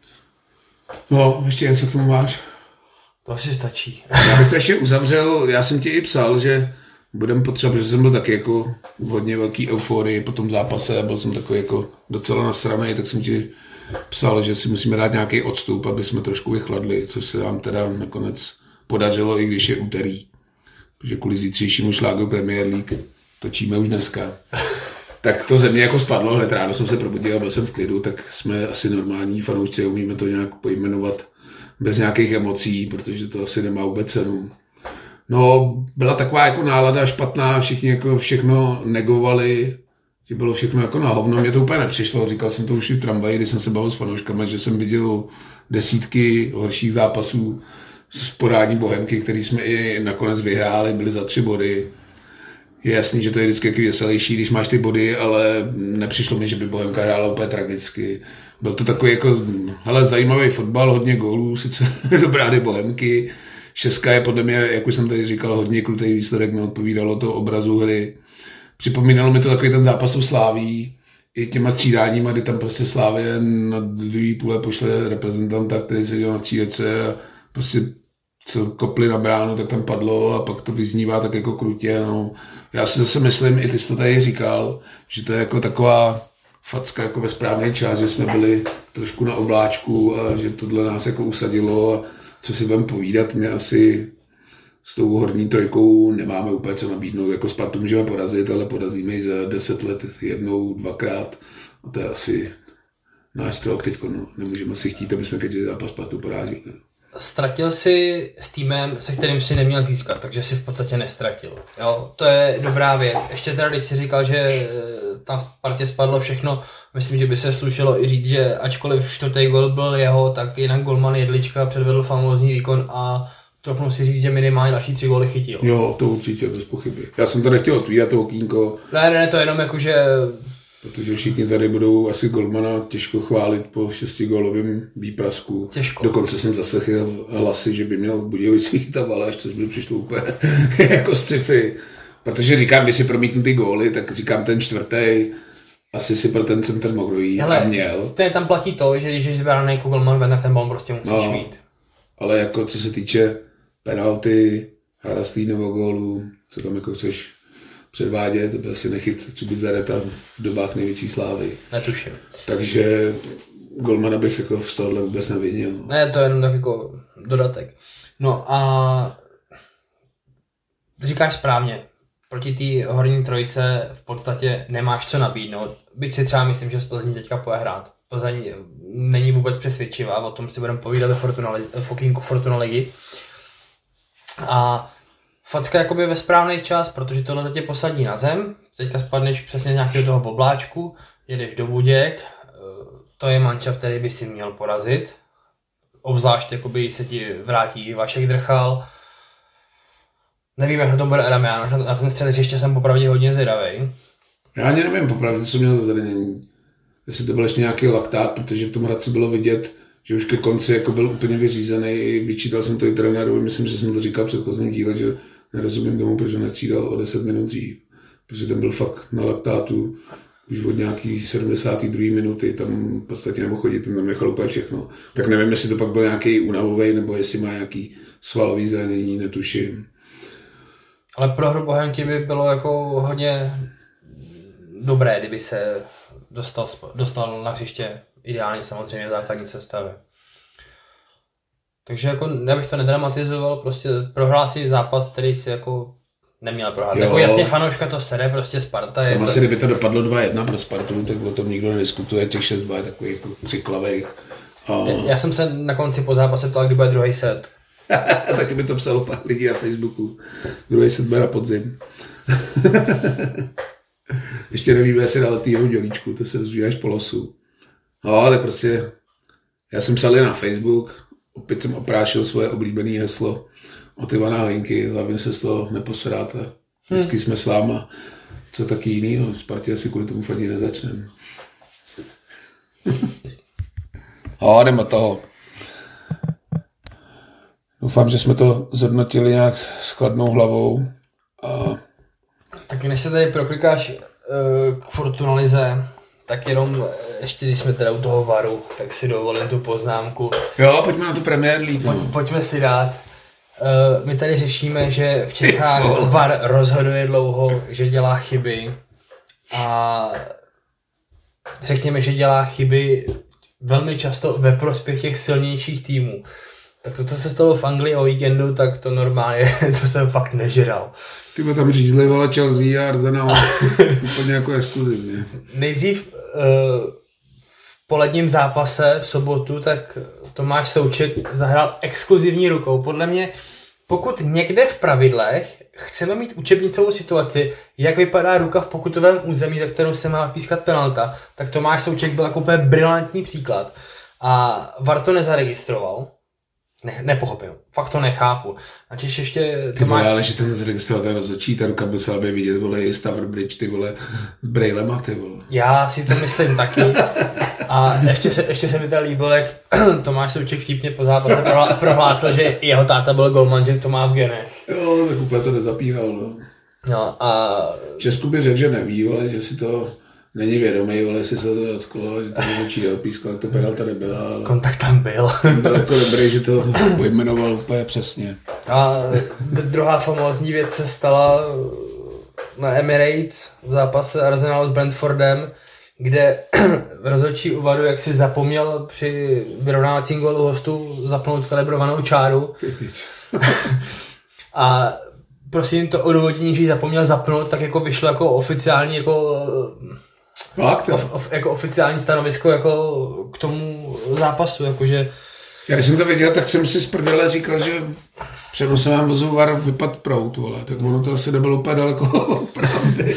No, ještě něco k tomu máš? To asi stačí. Já bych to ještě uzavřel, já jsem ti i psal, že budeme potřebovat, protože jsem byl taky jako v hodně velký euforii po tom zápase a byl jsem takový jako docela nasranej, tak jsem ti psal, že si musíme dát nějaký odstup, aby jsme trošku vychladli, což se vám teda nakonec podařilo, i když je úterý. Protože kvůli zítřejšímu šlágru Premier League točíme už dneska. Tak to ze mě jako spadlo, hned ráno jsem se probudil a byl jsem v klidu, tak jsme asi normální fanoušci, umíme to nějak pojmenovat bez nějakých emocí, protože to asi nemá vůbec cenu. No, byla taková jako nálada špatná, všichni jako všechno negovali, že bylo všechno jako na hovno. Mně to úplně nepřišlo, říkal jsem to už i v tramvaji, když jsem se bavil s fanouškama, že jsem viděl desítky horších zápasů z podání Bohemky, který jsme i nakonec vyhráli, byli za 3 body. Je jasný, že to je vždycky jaký veselější, když máš ty body, ale nepřišlo mi, že by Bohemka hrála úplně tragicky. Byl to takový jako, hele, zajímavý fotbal, hodně gólů, sice dobrá ty Bohemky. 6 je podle mě, jak už jsem tady říkal, hodně krutý výsledek, neodpovídalo to obrazu hry. Připomínalo mi to takový ten zápas u Sláví, i těma střídáníma, kdy tam prostě Slávě na druhý půle pošle reprezentanta, který se dělal na střídece a prostě co kopli na bránu, tak tam padlo a pak to vyznívá tak jako krutě. No. Já si zase myslím, i ty jsi to tady říkal, že to je jako taková facka jako ve správný čas, že jsme byli trošku na obláčku a že tohle nás jako usadilo a co si budeme povídat, mě asi s tou horní trojkou nemáme úplně co nabídnout. Jako Spartu můžeme porazit, ale porazíme ji za 10 let jednou, dvakrát. A to je asi náš strop teď. No. Nemůžeme si chtít, aby jsme každý zápas Spartu porážili. Ztratil si s týmem, se kterým si neměl získat, takže si v podstatě nestratil. Jo, to je dobrá věc. Ještě teda, když si říkal, že tam v Spartě spadlo všechno, myslím, že by se slušelo i říct, že ačkoliv čtvrtý gol byl jeho, tak jinak golman Jedlička předvedl famózní výkon a trochu si říct, že minimálně další 3 góly chytil. Jo, to určitě, bez pochyby. Já jsem to nechtěl otvírat, to okýnko. Ne, to jenom jako, že... Protože všichni tady budou asi golmana těžko chválit po 6gólovém výprasku. Těžko. Dokonce jsem zaslechl hlasy, že by měl Budějovický chytat Valaš, což by přišlo úplně jako sci-fi. Protože říkám, když si promítnu ty góly, tak říkám ten čtvrtý, asi si pro ten center mohl jít a měl. Tam platí to, že když jsi zbraný jako golman, tak ten bal prostě musíš mít. Ale jako co se týče penalty, Harastlínovo gólu, co tam jako chceš předvádět, to by asi nechyt Cubizareta v dobách největší slávy. Netuším. Takže golmana bych jako z tohohle vůbec nevinil. Ne, to je jenom tak jako dodatek. No a říkáš správně, proti té horní trojice v podstatě nemáš co nabídnout. Byť si třeba myslím, že z Plzní teďka půjde hrát. Plzeň není vůbec přesvědčivá, o tom si budeme povídat v okýnku Fortuna ligy. A facka jakoby ve správný čas, protože tohle tě posadí na zem, teďka spadneš přesně z nějakého toho obláčku, jedeš do Buděk, to je mančaft, který by si měl porazit, obzvlášť jakoby se ti vrátí Vašek Drchal, nevím, jak na tom bude Adam Jánoš, na ten střed ještě jsem popravdě hodně zvědavej. Já ani nevím popravdě, co měl za zranění, jestli to byl ještě nějaký laktát, protože v tom Hradci bylo vidět, že už ke konci jako byl úplně vyřízený, vyčítal jsem to i trenérovi, myslím, že jsem to říkal v předchozím díle, že nerozumím tomu, proč ho nestřídal o 10 minut dřív, protože ten byl fakt na laktátu už od nějaký 72. minuty, tam v podstatě nemohl chodit, ten tam nechal úplně všechno. Tak nevím, jestli to pak byl nějaký únavový, nebo jestli má nějaký svalový zranění, netuším. Ale pro hru Bohemky by bylo jako hodně dobré, kdyby se dostal na hřiště, ideálně samozřejmě v základní sestavě. Takže jako já bych to nedramatizoval, prostě prohrál si zápas, který si jako neměl prohrát. Jako jasně fanouška to sere, prostě Sparta je... Tam asi kdyby to dopadlo 2-1 pro Spartu, tak o tom nikdo nediskutuje, těch 6-2 je takový jako křiklavých. Já jsem se na konci po zápase ptal, kdy bude druhý set. Taky by to psalo pár lidí na Facebooku. Druhý set bude na podzim. Ještě nevíme, jestli dal týho dělíčku, to se dozví až po losu. No, tak prostě, já jsem psal na Facebook, opět jsem oprášil svoje oblíbené heslo od Ivana Hlinky, hlavně se z toho neposráte. Vždycky jsme s váma. Co taky jinýho, Spartě asi kvůli tomu fakt nezačneme. Jdeme toho. Doufám, že jsme to zhodnotili nějak s chladnou hlavou. Tak než se tady proklikáš k Fortuna lize, tak jenom ještě, když jsme teda u toho VARu, tak si dovolím tu poznámku. Jo, pojďme na tu Premier League. Pojďme si dát. My tady řešíme, že v Čechách VAR rozhoduje dlouho, že dělá chyby a řekněme, že dělá chyby velmi často ve prospěch těch silnějších týmů. Tak to, co se stalo v Anglii o víkendu, tak to normálně, to jsem fakt nežral. Ty tam řízli, vole, Chelsea a Arsenal úplně jako exkluzivně. Nejdřív v poledním zápase v sobotu, tak Tomáš Souček zahrál exkluzivní rukou. Podle mě, pokud někde v pravidlech chceme mít učebnicovou situaci, jak vypadá ruka v pokutovém území, za kterou se má pískat penalta, tak Tomáš Souček byl jako úplně brilantní příklad. A VAR to nezaregistroval. Nepochopil. Fakt to nechápu. Načež ještě... Ty vole, ale že ten zaregistroval ten rozhodčí, ta ruka by se aby vidět, vole, je Stavrbridge, ty vole, s brejlema, ty vole. Já si to myslím taky. A ještě se mi teda líbilo, jak Tomáš Souček vtipně po zápase prohlásil, že jeho táta byl golman, že to má v genech. Jo, tak úplně to nezapíral, no. No a... Česku by řekl, že neví, vole, že si to... Není vědomý, ale jestli se to dotklo, že to rozhodčí neopískal, tak to penalta nebyla. Ale kontakt tam byl. Byl jako dobrý, že to pojmenoval úplně přesně. A druhá famózní věc se stala na Emirates v zápase Arsenalu s Brentfordem, kde rozhodčí u VARu, jak si zapomněl při vyrovnávacím gólu hostů zapnout kalibrovanou čáru. A prosím to odůvodnění, že ji zapomněl zapnout, tak jako vyšlo jako oficiální jako oficiální stanovisko jako k tomu zápasu, jakože... Já když jsem to viděl, tak jsem si z prdele říkal, že přenosovém vozu VAR vypad prout, vole, tak ono to asi nebylo úplně daleko pravdy.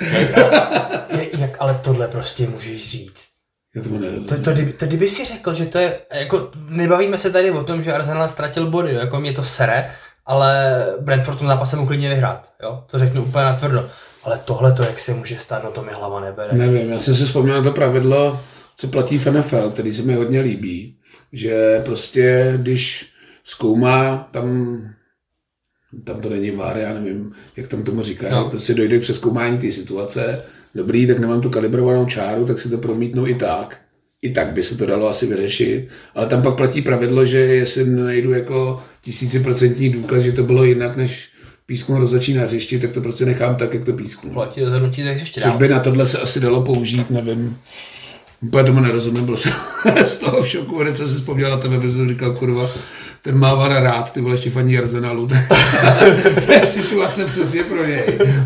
Jak ale tohle prostě můžeš říct? Já tomu nerozumím. To kdyby si řekl, že to je, jako nebavíme se tady o tom, že Arsenal ztratil body, jako mě to sere, ale Brentford v tom zápase mu klidně vyhrát, jo, to řeknu úplně natvrdo. Ale tohle to, jak se může stát, no to mi hlava nebere. Nevím, já jsem si vzpomněl na to pravidlo, co platí v NFL, který se mi hodně líbí, že prostě když zkoumá, tam to není VAR, já nevím, jak tam tomu říkají, no. Prostě dojde k přezkoumání té situace, dobrý, tak nemám tu kalibrovanou čáru, tak si to promítnu i tak. I tak by se to dalo asi vyřešit, ale tam pak platí pravidlo, že jestli najdu jako 1000% důkaz, že to bylo jinak, než písknu rozhodčí na hřišti, tak to prostě nechám tak, jak to písknu. Platí rozhodnutí za hřiště. Což by na tohle se asi dalo použít, nevím. Úplně tomu nerozumím, byl jsem z toho v šoku, hned jsem si vzpomněl na tebe, protože jsem říkal, kurva, ten má VAR rád, ty vole ještě faní Arsenalu. To je situace přesně pro něj.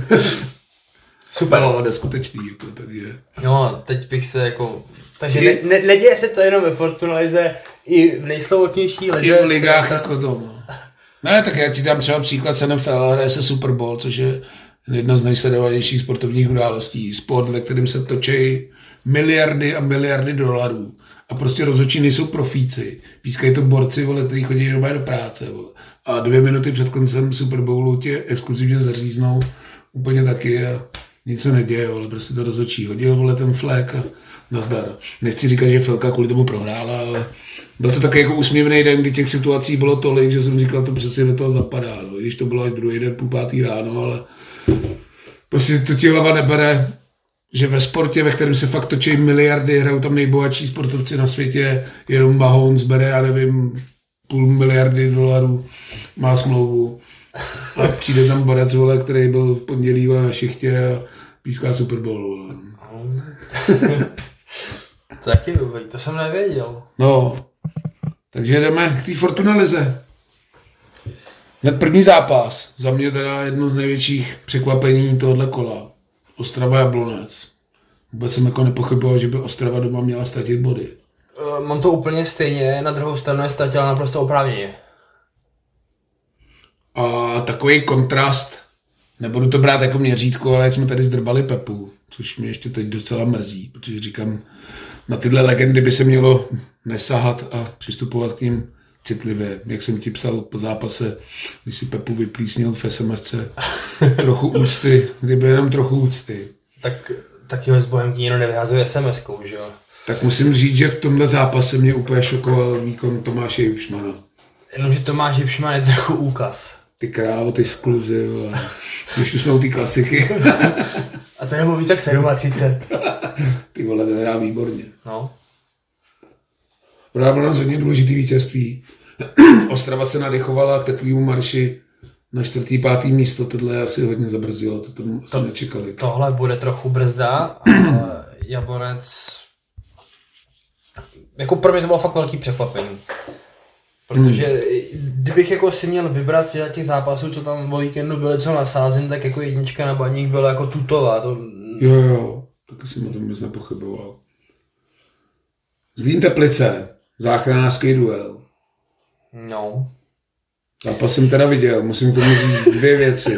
Super. No, neskutečný, jako, takže... No, teď bych se jako... Takže neděje se to jenom ve Fortuna lize, i v nejslovotnější lize. I v ligách se... jako to, no. Ne, tak já ti dám třeba příklad z NFL, hraje se Super Bowl, což je jedna z nejsledovanějších sportovních událostí. Sport, ve kterém se točí miliardy a miliardy dolarů. A prostě rozhodčí nejsou profíci. Pískají to borci, vole, kteří chodí do práce. Vole. A 2 minuty před koncem Super Bowlu tě exkluzivně zaříznou úplně taky a nic se neděje, ale prostě to rozhodčí hodil, vole, ten flag a nazdar. Nechci říkat, že Filka kvůli tomu prohrála, ale byl to taky jako úsměvný den, kdy těch situací bylo tolik, že jsem říkal, to přesně do toho zapadá. No. Když to bylo až druhý den, 4:30 ráno, ale prostě to ti hlava nebere, že ve sportě, ve kterém se fakt točí miliardy, hrajou tam nejbohatší sportovci na světě, jenom Mahomes bere, já nevím, $500 miliardy, má smlouvu. A přijde tam borec, vole, který byl v pondělí, vole, na šichtě a píská Super Bowl. Taky dobrý, to jsem nevěděl. No, takže jdeme k té Fortuna lize. Hned první zápas, za mě teda jedno z největších překvapení tohohle kola. Ostrava Jablonec. Vůbec jsem jako nepochyboval, že by Ostrava doma měla ztratit body. Mám to úplně stejně, na druhou stranu je ztratila naprosto oprávněně. A takový kontrast, nebudu to brát jako měřítko, ale jak jsme tady zdrbali Pepu, což mě ještě teď docela mrzí, protože říkám, na tyhle legendy by se mělo nesahat a přistupovat k ním citlivě. Jak jsem ti psal po zápase, když si Pepu vyplísnil v SMSce, trochu úcty, kdyby jenom trochu úcty. Tak jeho s Bohem Kníno nevyhazuje SMS-kou, že jo? Tak musím říct, že v tomhle zápase mě úplně šokoval výkon Tomáše Jipšmana. Jenomže Tomáš Jipšman je trochu úkaz. Ty krávo, ty skluzy, když už jsme u té klasiky. A to je mu víc tak 37. Ty vole, ten hrál výborně. No. Pro nás hodně důležitý vítězství. Ostrava se nadechovala k takovému marši na 4. 5. místo. Tohle asi hodně zabrzdilo, to tam asi nečekali. Tohle bude trochu brzda. Jablonec... Jako pro mě to bylo fakt velký překvapení. Protože kdybych jako si měl vybrat z těch zápasů, co tam o víkendu byly, co nasázím, tak jako jednička na Baník byla jako tutová. To... Jo, taky jsem o tom vůbec nepochyboval. Zlín Teplice, záchranářský duel. No. Zápas jsem teda viděl, musím k tomu říct 2 věci.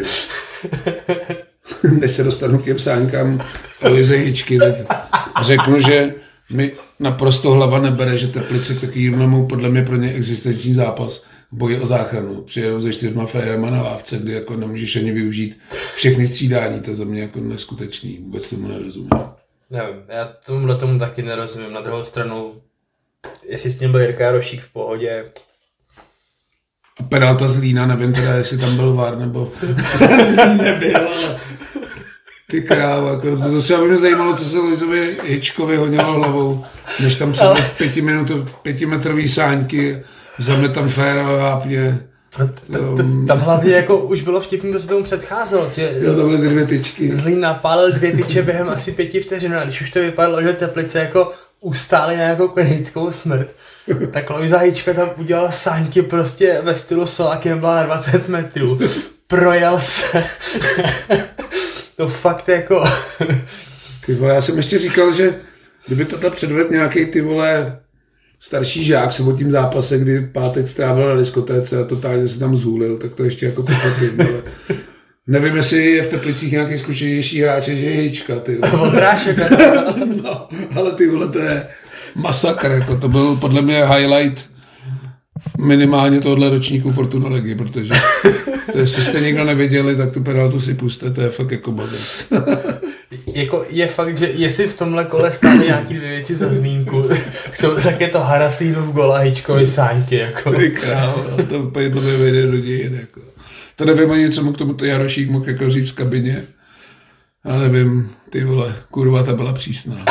Než se dostanu k těm sáňkám o Lize Hičky, tak řeknu, že mi naprosto hlava nebere, že Teplice k takovému podle mě pro ně existenční zápas v boji o záchranu. Přijedou se 4 frajerama na lávce, kdy jako nemůžeš ani využít všechny střídání, to je za mě jako neskutečný, vůbec tomu nerozumím. Nevím, já tomu taky nerozumím, na druhou stranu, jestli s tím byl Jirka Jarošík v pohodě. A penalta z Lína, nevím teda, jestli tam byl VAR, nebo nebyl, ale ty krávo, jako, to se mě zajímalo, co se Lizovi Hičkovi honilo hlavou, než tam se v 5metrový sáňky, za mě tam féro vápně. Tam hlavně jako už bylo vtipný, kdo se tomu předcházelo. Jo, to byly ty 2 tyčky. Zlín napálil 2 tyče během asi 5 vteřin a když už to vypadalo, že Teplice jako ustáli nějakou klinickou smrt, tak Lojza Hička tam udělal sáňky prostě ve stylu Solákem byla na 20 metrů. Projel se. To fakt jako... Ty vole, já jsem ještě říkal, že kdyby tohle předvedl nějaký ty vole starší žák v sobotním zápase, kdy pátek strávil na diskotéce a totálně se tam zhůlil, tak to ještě jako pochopím, ale nevím, jestli je v Teplicích nějaký zkušenější hráč, že je Hička, ty vole. Odrášek. No, ale ty vole, to je masakr, jako to byl podle mě highlight minimálně tohohle ročníku Fortuna Ligy, protože to, jestli jste někdo neviděli, tak tu penaltu si puste, to je fakt jako mazec. Jako je fakt, že jestli v tomhle kole stály nějaký dvě věci za zmínku, tak je to Harasínův gól a Hičkovy sáňky. Jako. Ty krávo, to úplně dlouho vejde do dějin. Jako. To nevím ani, co mu k tomu Jarošík mohl jako říct v kabině. Ale nevím, ty vole, kurva, ta byla přísná.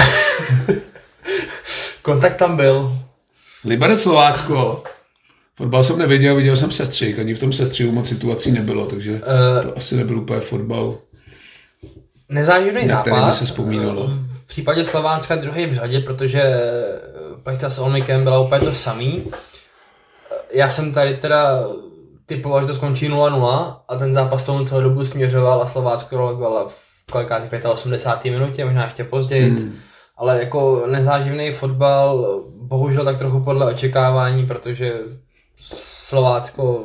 Kontakt tam byl. Liberec Slovácko. Fotbal jsem neviděl, viděl jsem sestřih. Ani v tom sestřihu moc situací nebylo, takže to asi nebyl úplně fotbal. Nezáživný zápas. Se vzpomínalo. V případě Slovácka druhý v řadě, protože Plechta s Olmikem byla úplně to samý. Já jsem tady teda typoval, že to skončí 0-0 a ten zápas tomu celou dobu směřoval a Slovácko reagovalo v kolikátý 85. minutě, možná ještě později. Ale jako nezáživný fotbal, bohužel tak trochu podle očekávání, protože Slovácko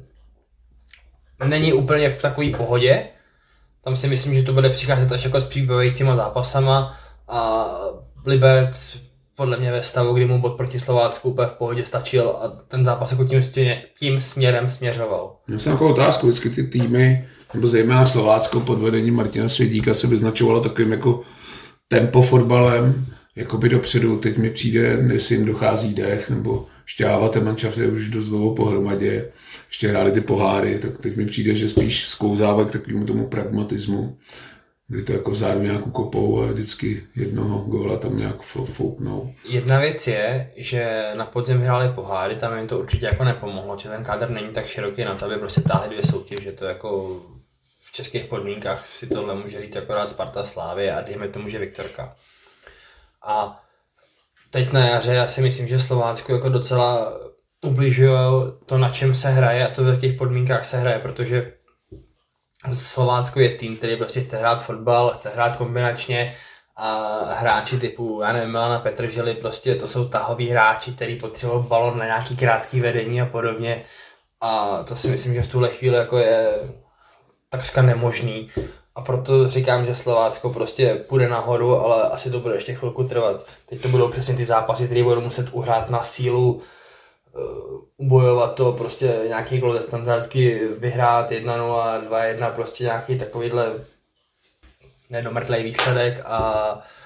není úplně v takové pohodě. Tam si myslím, že to bude přicházet až jako s příběhujícíma zápasama a Liberec podle mě ve stavu, kdy mu bod proti Slovácku úplně v pohodě stačil a ten zápas jako tím směrem směřoval. Já jsem takovou otázku, vždycky ty týmy, nebo zejména Slovácko pod vedením Martina Svědíka se vyznačovalo takovým jako tempo fotbalem, jakoby dopředu, teď mi přijde, jestli jim dochází dech, nebo Šťáva, ten manšaft je už dost dlouho pohromadě, ještě hráli ty poháry, tak teď mi přijde, že spíš sklouzávají k takovému tomu pragmatismu, kdy to jako vzadu nějak kopou a vždycky jednoho góla tam nějak fouknou. Jedna věc je, že na podzim hráli poháry, tam jim to určitě jako nepomohlo, že ten kádr není tak široký na to, aby prostě táhli dvě soutěže, to jako v českých podmínkách si tohle může říct akorát Sparta, Slávy a dejme tomu, že Viktorka. A teď na jaře já si myslím, že Slovácku jako docela ubližuje to, na čem se hraje a to v jakých podmínkách se hraje, protože Slovácko je tým, který prostě chce hrát fotbal, chce hrát kombinačně a hráči typu, já nevím, Milana Petržely, prostě to jsou tahoví hráči, který potřebují balon na nějaký krátký vedení a podobně a to si myslím, že v tuhle chvíli jako je takřka nemožný. A proto říkám, že Slovácko prostě půjde nahoru, ale asi to bude ještě chvilku trvat. Teď to budou přesně ty zápasy, které budou muset uhrát na sílu, ubojovat to, prostě nějaký gól ze standardky, vyhrát 1-0, 2-1, prostě nějaký takovýhle nedomrtlej výsledek a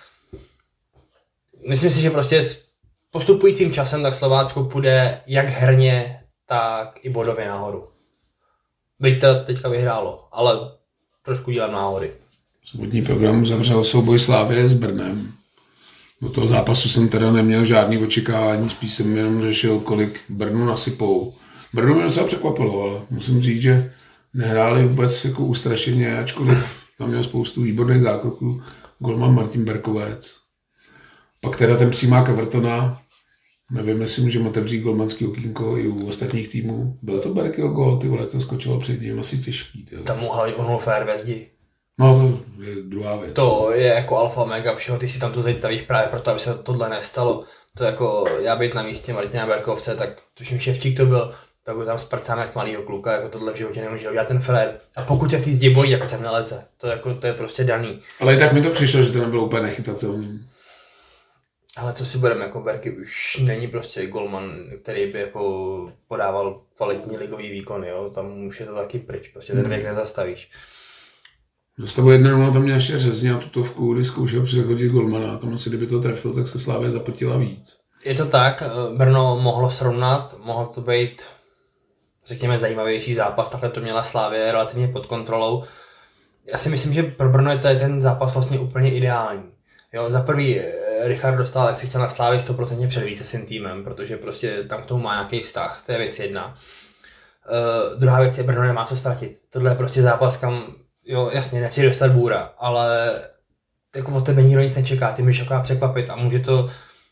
myslím si, že prostě s postupujícím časem tak Slovácko půjde jak herně, tak i bodově nahoru. Byť to teďka vyhrálo, ale trošku dělám náhody. Sobotní program zavřel souboj Slávie s Brnem. Do toho zápasu jsem teda neměl žádný očekávání, spíš jsem jenom řešil, kolik Brnu nasypou. Brnu mě docela překvapilo, ale musím říct, že nehráli vůbec jako ustrašeně, ačkoliv tam měl spoustu výborných zákroků. Golman Martin Berkovec. Pak teda ten přímák Evertona, nevím, jestli můžeme otevřít golmanský okýnko i u ostatních týmů. Byl to Berkyho gól, ty vole, to skočilo před ním, asi těžký. Tam mu hlavně ohnul fér ve zdi. No to je druhá věc. To je jako alfa mega všeho, ty si tam tu zeď stavíš právě proto, aby se tohle nestalo. To jako já být na místě Martina Berkovce, tak tuším Ševčík to byl, tak ho tam sprcám jak malýho kluka, jako tohle v životě nemůže udělat ten fér. A pokud se v té zdi bojí, jako tam neleze. To je prostě daný. Ale i tak mi to přišlo, že to nebylo úplně nechytatelný. Ale co si budeme, jako Berky už není prostě golman, který by jako podával kvalitní ligový výkon, jo? Tam už je to taky pryč, prostě ten věk nezastavíš. Za stavu 1-0 tam měl ještě Řezně a tutovku, kdy zkoušel přechodit golmana, tam asi kdyby to trefil, tak se Slávě zapotila víc. Je to tak, Brno mohlo srovnat, mohl to být, řekněme, zajímavější zápas, takhle to měla Slávě relativně pod kontrolou. Já si myslím, že pro Brno je ten zápas vlastně úplně ideální. Jo, za prvý Richard Dostál, jak si chtěl na Slávě 100% předvíst se svým týmem, protože prostě tam k tomu má nějaký vztah, to je věc jedna. Druhá věc je, Brno nemá co ztratit. Tohle je prostě zápas, kam, jo, jasně, nechci dostat bůra, ale jako od tebe nikdo nic nečeká, ty můžeš akorát překvapit a může to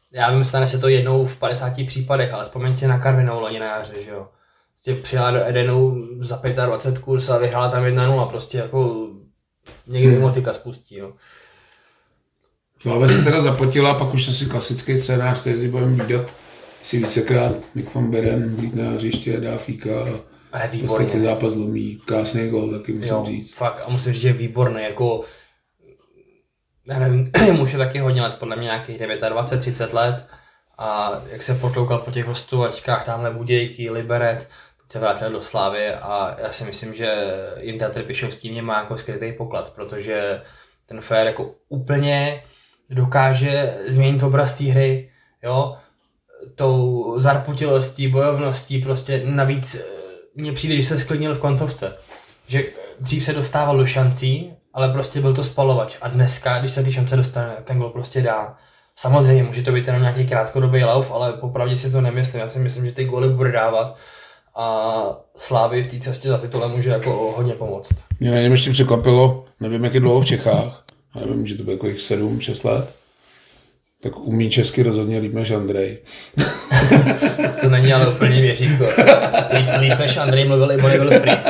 Já vím, stane se to jednou v 50 případech, ale vzpomeňte na Karvinou loni na jaře, že jo. Prostě přijela do Edenu za 25 kurz a vyhrála tam 1-0, prostě jako někdy motika spustí, no. Sláva se teda zapotila, pak už asi klasický scénář, který budeme vidět si vícekrát Mick van Beren vlít na hřiště, dá fíka a v podstatě zápas zlomí. Krásný gol, taky musím říct. Fakt, a musím říct, že je výborný, jako já nevím, muž je taky hodně let, podle mě nějakých 29-30 let a jak se potloukal po těch hostovačkách, tamhle Budějky, Liberec, teď se vrátil do Slávy a já si myslím, že Jindra Trpišov s tím má jako skrytý poklad, protože ten fér jako úplně dokáže změnit obraz té hry, jo, tou zarputilostí, bojovností, prostě navíc mně přijde, že se sklidnil v koncovce, že dřív se dostával do šancí, ale prostě byl to spalovač a dneska, když se ty šance dostane, ten gol prostě dá. Samozřejmě může to být jenom nějaký krátkodobý lauf, ale popravdě si to nemyslím, já si myslím, že ty góly bude dávat a Slávy v té cestě za titulem může jako hodně pomoct. Mě na něm ještě překvapilo, nevím jak je dlouho v Čechách, ale nevím, že to bylo jako 7-6 let, tak umí česky rozhodně líp než Andrej. To není ale úplně měřítko. Líp než Andrej mluvil i Bonnie Wilfried.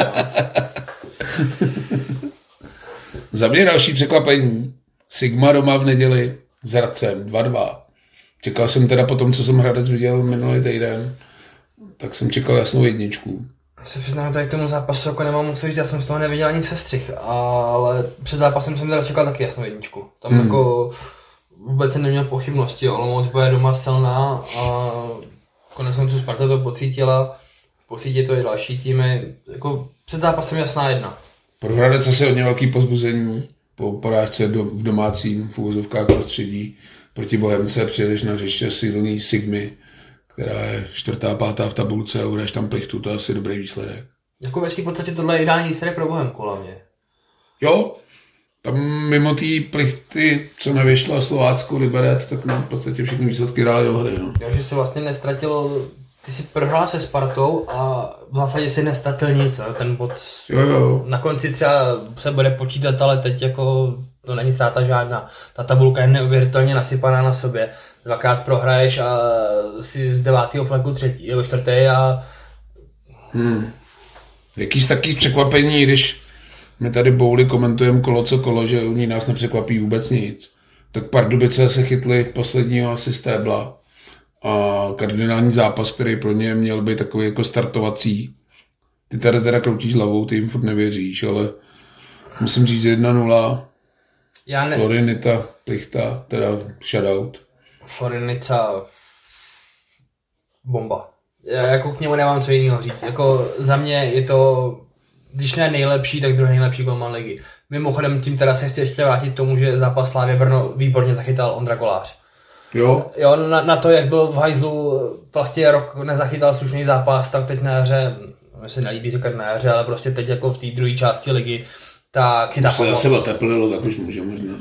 Za mě další překvapení. Sigma doma v neděli s Hradcem 2-2. Čekal jsem teda po tom, co jsem Hradec viděl minulý týden, tak jsem čekal jasnou jedničku. Se přiznám, tady k tomu zápasu jako nemám moc říct, já jsem z toho neviděl ani sestřih, ale před zápasem jsem teda čekal taky jasnou jedničku. Tam jako vůbec jsem neměl pochybnosti, Olomouc bude doma silná a konec konců Sparta to pocítí to i další týmy, jako před zápasem jasná jedna. Pro Hradec asi hodně velký pozbuzení po porážce v domácím v uvozovkách prostředí. Proti Bohemce přijedeš na hřiště silný Sigmy, která je 4., 5. v tabulce a uhraješ tam Plichtu, to je asi dobrý výsledek. Jako ve v podstatě tohle je ideální výsledek pro Bohemku hlavně. Jo, tam mimo té Plichty, co nevyšla Slovácku, Liberec, tak nám v podstatě všechny výsledky dali do hry. No. Jo, že se vlastně nestratil, ty si prohrál se Spartou a v zásadě si nestratil nic, ten bod jo. Na konci třeba se bude počítat, ale teď jako to není ztráta žádná. Ta tabulka je neuvěřitelně nasypaná na sobě. 2krát prohraješ a si z 9. fleku 4. a... Jakýž taký překvapení, když my tady Bouli komentujeme kolo co kolo, že u ní nás nepřekvapí vůbec nic. Tak Pardubice se chytli posledního asi stébla a kardinální zápas, který pro ně měl být takový jako startovací. Ty tady teda kroutíš hlavou, ty jim furt nevěříš, ale musím říct 1-0. Florinita, Plichta, teda shoutout. Florinica bomba. Já jako k němu nemám co jiného říct. Jako za mě je to, když ne nejlepší, tak druhý nejlepší golman ligy. Mimochodem tím teda se chci ještě vrátit k tomu, že zápas Slavie Brno výborně zachytal Ondra Kolář. Jo, na to, jak byl v hajzlu, vlastně rok nezachytal slušný zápas, tak teď na jaře, mi se nelíbí říkat na jaře, ale prostě teď jako v té druhé části ligy, tak chytá se zase oteplilo, tak už může možná.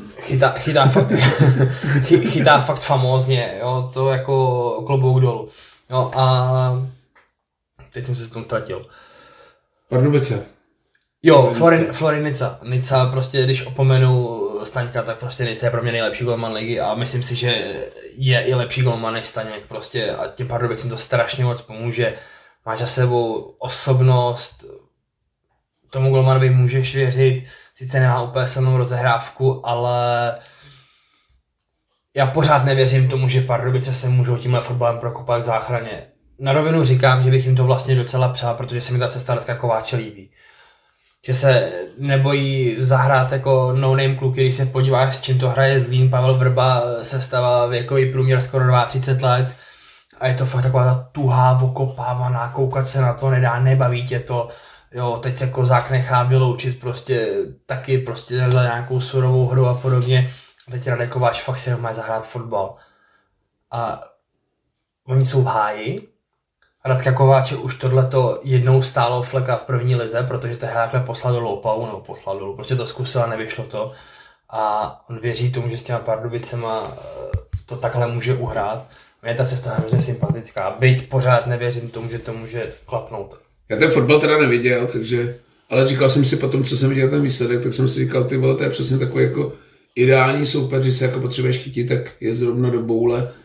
Chytá fakt famózně, jo, to jako klobouk dolů. Jo, a teď jsem se s tom ztratil. Pardubice. Jo, Florinica. Nica prostě, když opomenu Staňka, tak prostě Nica je pro mě nejlepší golman ligy a myslím si, že je i lepší golman než Staněk prostě a těm Pardubicím to strašně moc pomůže. Máš za sebou osobnost, tomu golmanovi můžeš věřit, sice nemá úplně silnou rozehrávku, ale já pořád nevěřím tomu, že Pardubice se můžou tímhle fotbalem prokopat k záchraně. Na rovinu říkám, že bych jim to vlastně docela přál, protože se mi ta cesta Radka Kováče líbí. Že se nebojí zahrát jako no-name kluky, když se podíváš, s čím to hraje Zlín, Pavel Vrba, sestava věkový průměr skoro 32 let a je to fakt taková ta tuhá, okopávaná, koukat se na to nedá, nebaví tě to. Jo, teď se Kozák nechá vyloučit prostě taky prostě za nějakou surovou hru a podobně. A teď Radek Kováč fakt si má zahrát fotbal. A oni jsou v háji. Radka Kováče už tohleto jednou stálo fleka v první lize, protože Herakle poslal dolů Opau, prostě to zkusil a nevyšlo to. A on věří tomu, že s těma Pardubicema to takhle může uhrát. Mně je ta cesta hrozně sympatická, byť pořád nevěřím tomu, že to může klapnout. Já ten fotbal teda neviděl, takže, ale říkal jsem si potom, co jsem viděl ten výsledek, tak jsem si říkal, ty vole, to je přesně takový jako ideální soupeř, že se jako potřebuješ chytit, tak je zrovna do boule,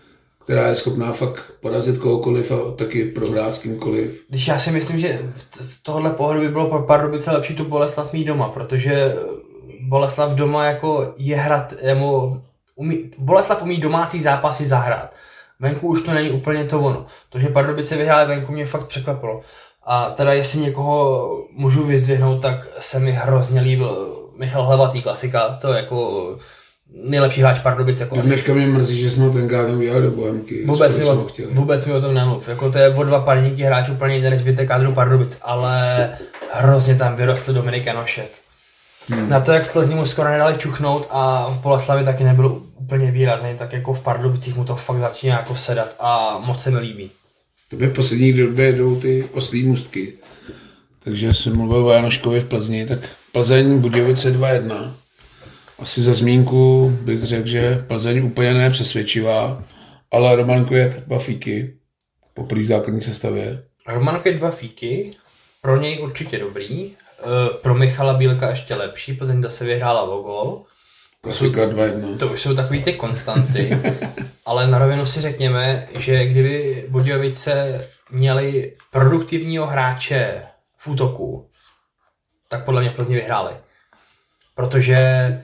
která je schopná fakt porazit kohokoliv a taky prohrát s kýmkoliv. Když já si myslím, že z tohohle pohledu by bylo pro Pardubice lepší tu Boleslav mít doma, protože Boleslav doma jako je hrát, Boleslav umí domácí zápasy zahrát. Venku už to není úplně to ono. To, že Pardubice vyhráli venku, mě fakt překvapilo. A teda jestli někoho můžu vyzdvihnout, tak se mi hrozně líbil Michal Hlavatý, klasika, to je jako nejlepší hráč Pardubic. Jako dneška mě mrzí, že jsme ho tenkrát neudělali do Bohemky. Vůbec mi o tom nemluv. Jako to je o 2 padníky hráčů úplně jeden zbytek kádru Pardubic, ale hrozně tam vyrostl Dominik Janošek. Na to, jak v Plzni mu skoro nedali čuchnout a v Boleslavi taky nebyl úplně výrazný, tak jako v Pardubicích mu to fakt začíná jako sedat a moc se mi líbí. To by v poslední době jdou ty oslí můstky. Takže jsem mluvil o Janoškovi v Plzni, tak Plzeň Budějovice 2-1. Asi za zmínku bych řekl, že Plzeň úplně nepřesvědčivá, ale Romanko je 2 fíky po první základní sestavě. Romanko je 2 fíky, pro něj určitě dobrý, pro Michala Bílka ještě lepší, Plzeň zase vyhrála o gól. To už jsou takový ty konstanty, ale na rovinu si řekněme, že kdyby Budějovice měli produktivního hráče v útoku, tak podle mě v Plzni vyhráli. Protože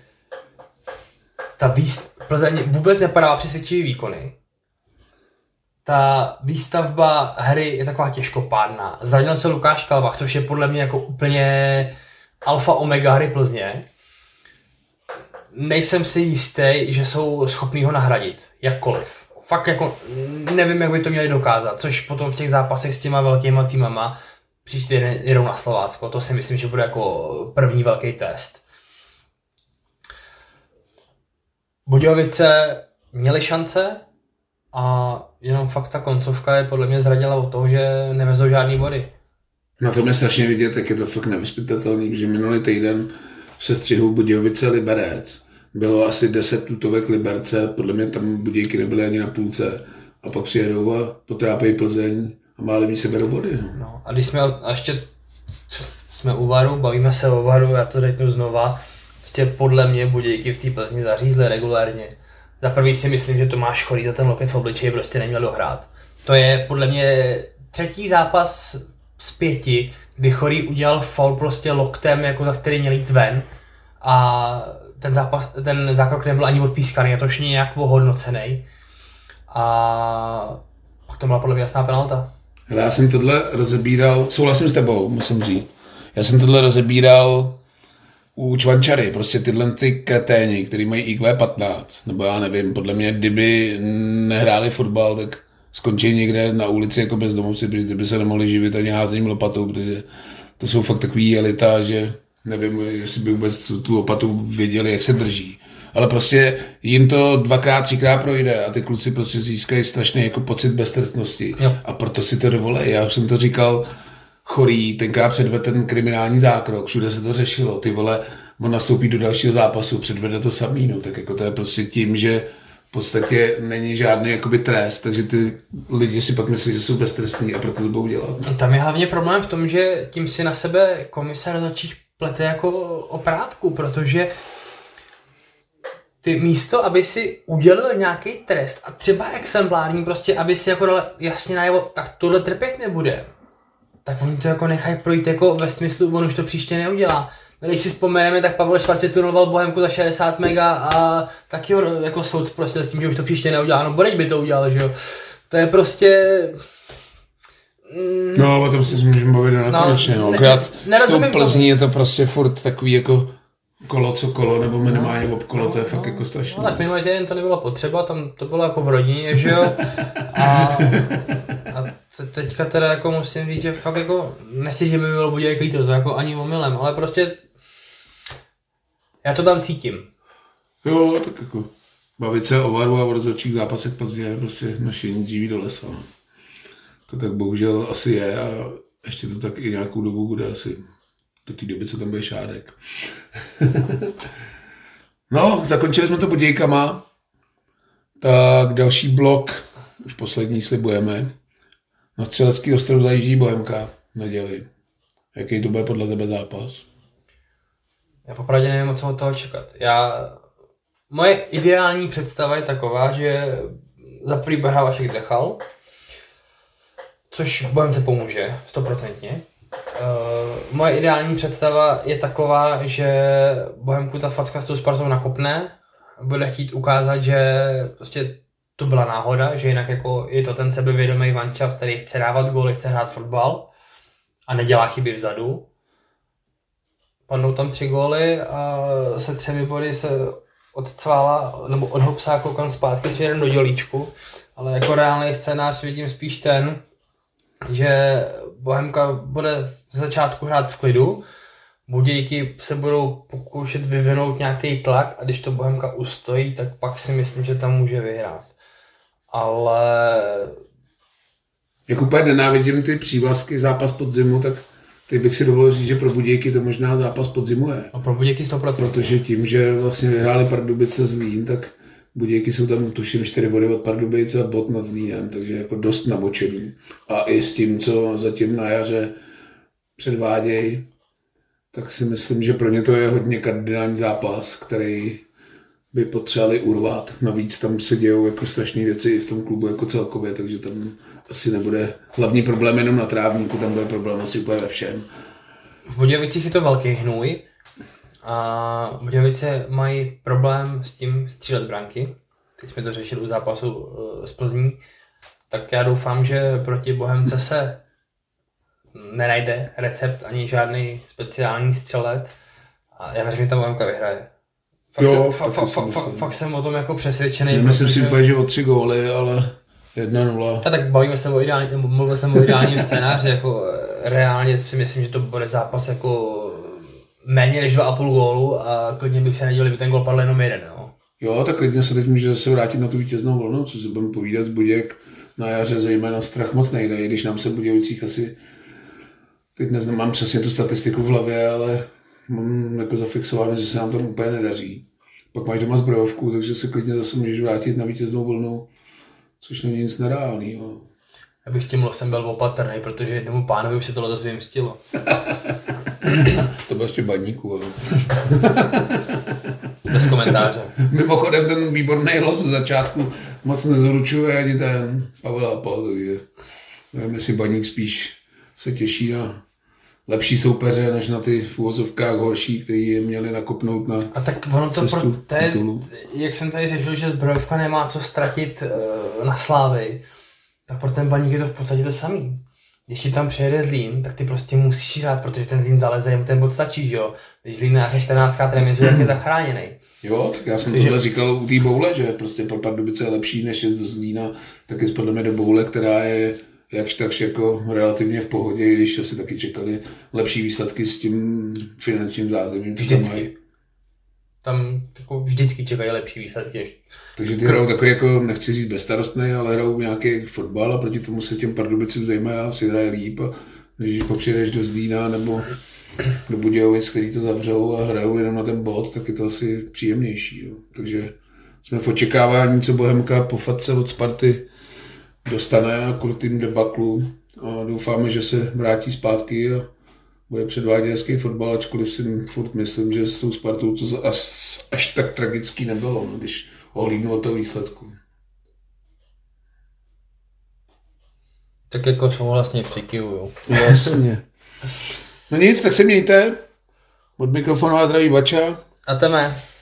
Plzeň vůbec nepadá přesvědčivý výkony. Ta výstavba hry je taková těžkopádná. Zranil se Lukáš Kalbach, což je podle mě jako úplně alfa omega hry Plzně. Nejsem si jistý, že jsou schopní ho nahradit. Jakkoliv. Fakt jako nevím, jak by to měli dokázat. Což potom v těch zápasech s těma velkýma týmama příště jedou na Slovácko. To si myslím, že bude jako první velký test. Budějovice měly šance a jenom fakt ta koncovka je podle mě zradila od toho, že nevezou žádný body. Na tom je strašně vidět, jak je to fakt nevyzpytatelný, že minulý týden se střihu Budějovice Liberec bylo asi 10 tutovek Liberce, podle mě tam Budějky nebyly ani na půlce a pak přijedou a potrápejí Plzeň a málem se berou body. No, a když ještě jsme u VARu, bavíme se o VARu, já to řeknu znova, podle mě Budějky v té Plzni zařízly regulérně. Za prvý si myslím, že Tomáš Chorý za ten loket v obličeji prostě neměl dohrát. To je podle mě 3. zápas z 5, kdy Chorý udělal faul prostě loktem, jako za který měl jít ven. A ten zákrok nebyl ani odpískaný, natož nějak ohodnocený. A pak to byla podle mě jasná penalta. Hele, já jsem tohle rozebíral, souhlasím s tebou, musím říct. Já jsem tohle rozebíral u Čvančary, prostě tyhle ty kreténi, který mají IQ 15, nebo já nevím, podle mě, kdyby nehráli fotbal, tak skončí někde na ulici jako bezdomovci, protože by se nemohli živit ani házením lopatou, protože to jsou fakt takový elita, že nevím, jestli by vůbec tu lopatu věděli, jak se drží. Ale prostě jim to 2x, 3x projde a ty kluci prostě získají strašný jako pocit beztrestnosti. A proto si to dovolej. Já už jsem to říkal, Chorý, tenkrát předvede ten kriminální zákrok, všude se to řešilo, ty vole, on nastoupí do dalšího zápasu, předvede to samý, no, tak jako to je prostě tím, že v podstatě není žádný jakoby trest, takže ty lidi si pak myslí, že jsou beztrestní a proto to budou dělat. Tam je hlavně problém v tom, že tím si na sebe komise rozhodčích plete jako oprátku, protože ty místo, aby si udělil nějaký trest a třeba exemplární, prostě aby si jako dal jasně najevo, tak tohle trpět nebude. Tak oni to jako nechají projít jako ve smyslu, on už to příště neudělá. Když si vzpomeneme, tak Pavel Švarce tunoval Bohemku za 60 mega a taky ho jako soud prostě s tím, že už to příště neudělá. No Boreď by to udělal, že jo. To je prostě... No, o tom si můžeme bavit nekonečně, no. S tou Plzní je to prostě furt takový jako kolo co kolo, nebo minimálně obkolo, to je fakt jako strašné. No tak minulý týden to nebylo potřeba, tam to bylo jako v rodině, že jo. A teďka teda jako musím říct, že fakt jako nechci, že by bylo Budějek líto, to jako ani omylem, ale prostě já to tam cítím. Jo, tak jako bavit se o VARu a o rozhodčích zápasech Plzně je prostě nošení dříví do lesa. No. To tak bohužel asi je a ještě to tak i nějakou dobu bude asi do té doby, co tam bude Šádek. No, zakončili jsme to Budějkama, tak další blok, už poslední slibujeme. Na Střelecký ostrov zajíždí Bohemka v neděli. Jaký to bude podle tebe zápas? Já popravdě nevím, co od toho čekat. Moje ideální představa je taková, že za prvý bude hrát Vašek Drchal, což Bohemce pomůže, 100%. Moje ideální představa je taková, že Bohemku ta facka s tou Spartou nakopne, bude chtít ukázat, že prostě to byla náhoda, že jinak jako je to ten sebevědomý mančaft, který chce dávat góly, chce hrát fotbal a nedělá chyby vzadu. Padnou tam 3 góly a se 3 body se odcvála, nebo od Hopsa koukám zpátky směrem do dělíčku, ale jako reálný scénář vidím spíš ten, že Bohemka bude z začátku hrát v klidu, Budějky se budou pokoušet vyvinout nějaký tlak a když to Bohemka ustojí, tak pak si myslím, že tam může vyhrát. Ale... Jak úplně nenávidím ty přívlastky zápas podzimu, tak teď bych si dovolil říct, že pro Budějky to možná zápas podzimu je. A pro Budějky 100%. Protože tím, že vlastně vyhráli Pardubice s Zlín, tak Budějky jsou tam tuším 4 body od Pardubic a bod nad Zlínem, takže jako dost namočený. A i s tím, co zatím na jaře předvádějí, tak si myslím, že pro ně to je hodně kardinální zápas, který by potřebovali urvat. Navíc tam se dějou jako strašné věci i v tom klubu jako celkově, takže tam asi nebude hlavní problém jenom na trávníku, tam bude problém asi úplně ve všem. V Budějovicích je to velký hnůj a Budějovice mají problém s tím střílet branky. Teď jsme to řešili u zápasu s Plzní. Tak já doufám, že proti Bohemce se nenajde recept ani žádný speciální střelec a já věřím, že ta Bohemka vyhraje. Fakt jsem o tom jako přesvědčený. Myslím si úplně, že o 3 góly, ale 1-0. A tak bavíme se o ideální, nebo mluvil jsem o ideálním scénáři, jako reálně si myslím, že to bude zápas jako méně než 2,5 gólu a klidně bych se nedělal, kdyby ten gól padl jenom 1, no. Jo, tak klidně se teď může zase vrátit na tu vítěznou vlnu, co si budeme povídat z Budějek na jaře, zejména strach moc nejde, i když nám se v Budějovicích asi, teď neznám, mám přesně tu statistiku v hlavě, ale mám jako zafixováno, že se nám tam úplně nedaří. Pak máš doma zbrojovku, takže se klidně zase můžeš vrátit na vítěznou vlnu, což není nic nereálného. Já bych s tím losem byl opatrný, protože jednomu pánovi už se tohle zase vymstilo. To byl ještě Baníku, ale... Bez komentáře. Mimochodem ten výborný los z začátku moc nezaručuje ani ten Pavel Apel, takže nevím, jestli Baník spíš se těší na lepší soupeře, než na ty v uvozovkách horší, kteří je měli nakopnout na a tak ono to cestu titulu. Jak jsem tady řešil, že zbrojovka nemá co ztratit na Slávy, tak pro ten Baník je to v podstatě to samý. Když ti tam přijede Zlín, tak ty prostě musíš hrát, protože ten Zlín zaleze, jemu ten bod stačí, že jo? Když Zlín náře 14 remizu, tak je zachráněný. Jo, tak já jsem tohle říkal u té boule, že prostě pro Pardubice je lepší, než je do Zlína, tak je podle mě do boule, která je jakž takž jako relativně v pohodě, i když asi taky čekali lepší výsledky s tím finančním zázemím, co tam mají. Tam jako vždycky čekají lepší výsledky. Takže ty hrajou takový, jako nechci říct bezstarostný, ale hrajou nějaký fotbal a proti tomu se těm Pardubicím zejména si hraje líp. A když přijdeš do Zlína nebo do Budějovic, který to zavřou a hrajou jenom na ten bod, tak je to asi příjemnější. Jo. Takže jsme v očekávání, co Bohemka po fatce od Sparty dostane a krutým debaklu. A doufáme, že se vrátí zpátky a bude předvádět hezký fotbal, ačkoliv si furt myslím, že s tou Spartou to až tak tragický nebylo, no, když ohlídnu od toho výsledku. Tak jako souhlasně přikyvuju. Jasně. No nic, tak se mějte. Od mikrofonu a zdraví Bača. A teme.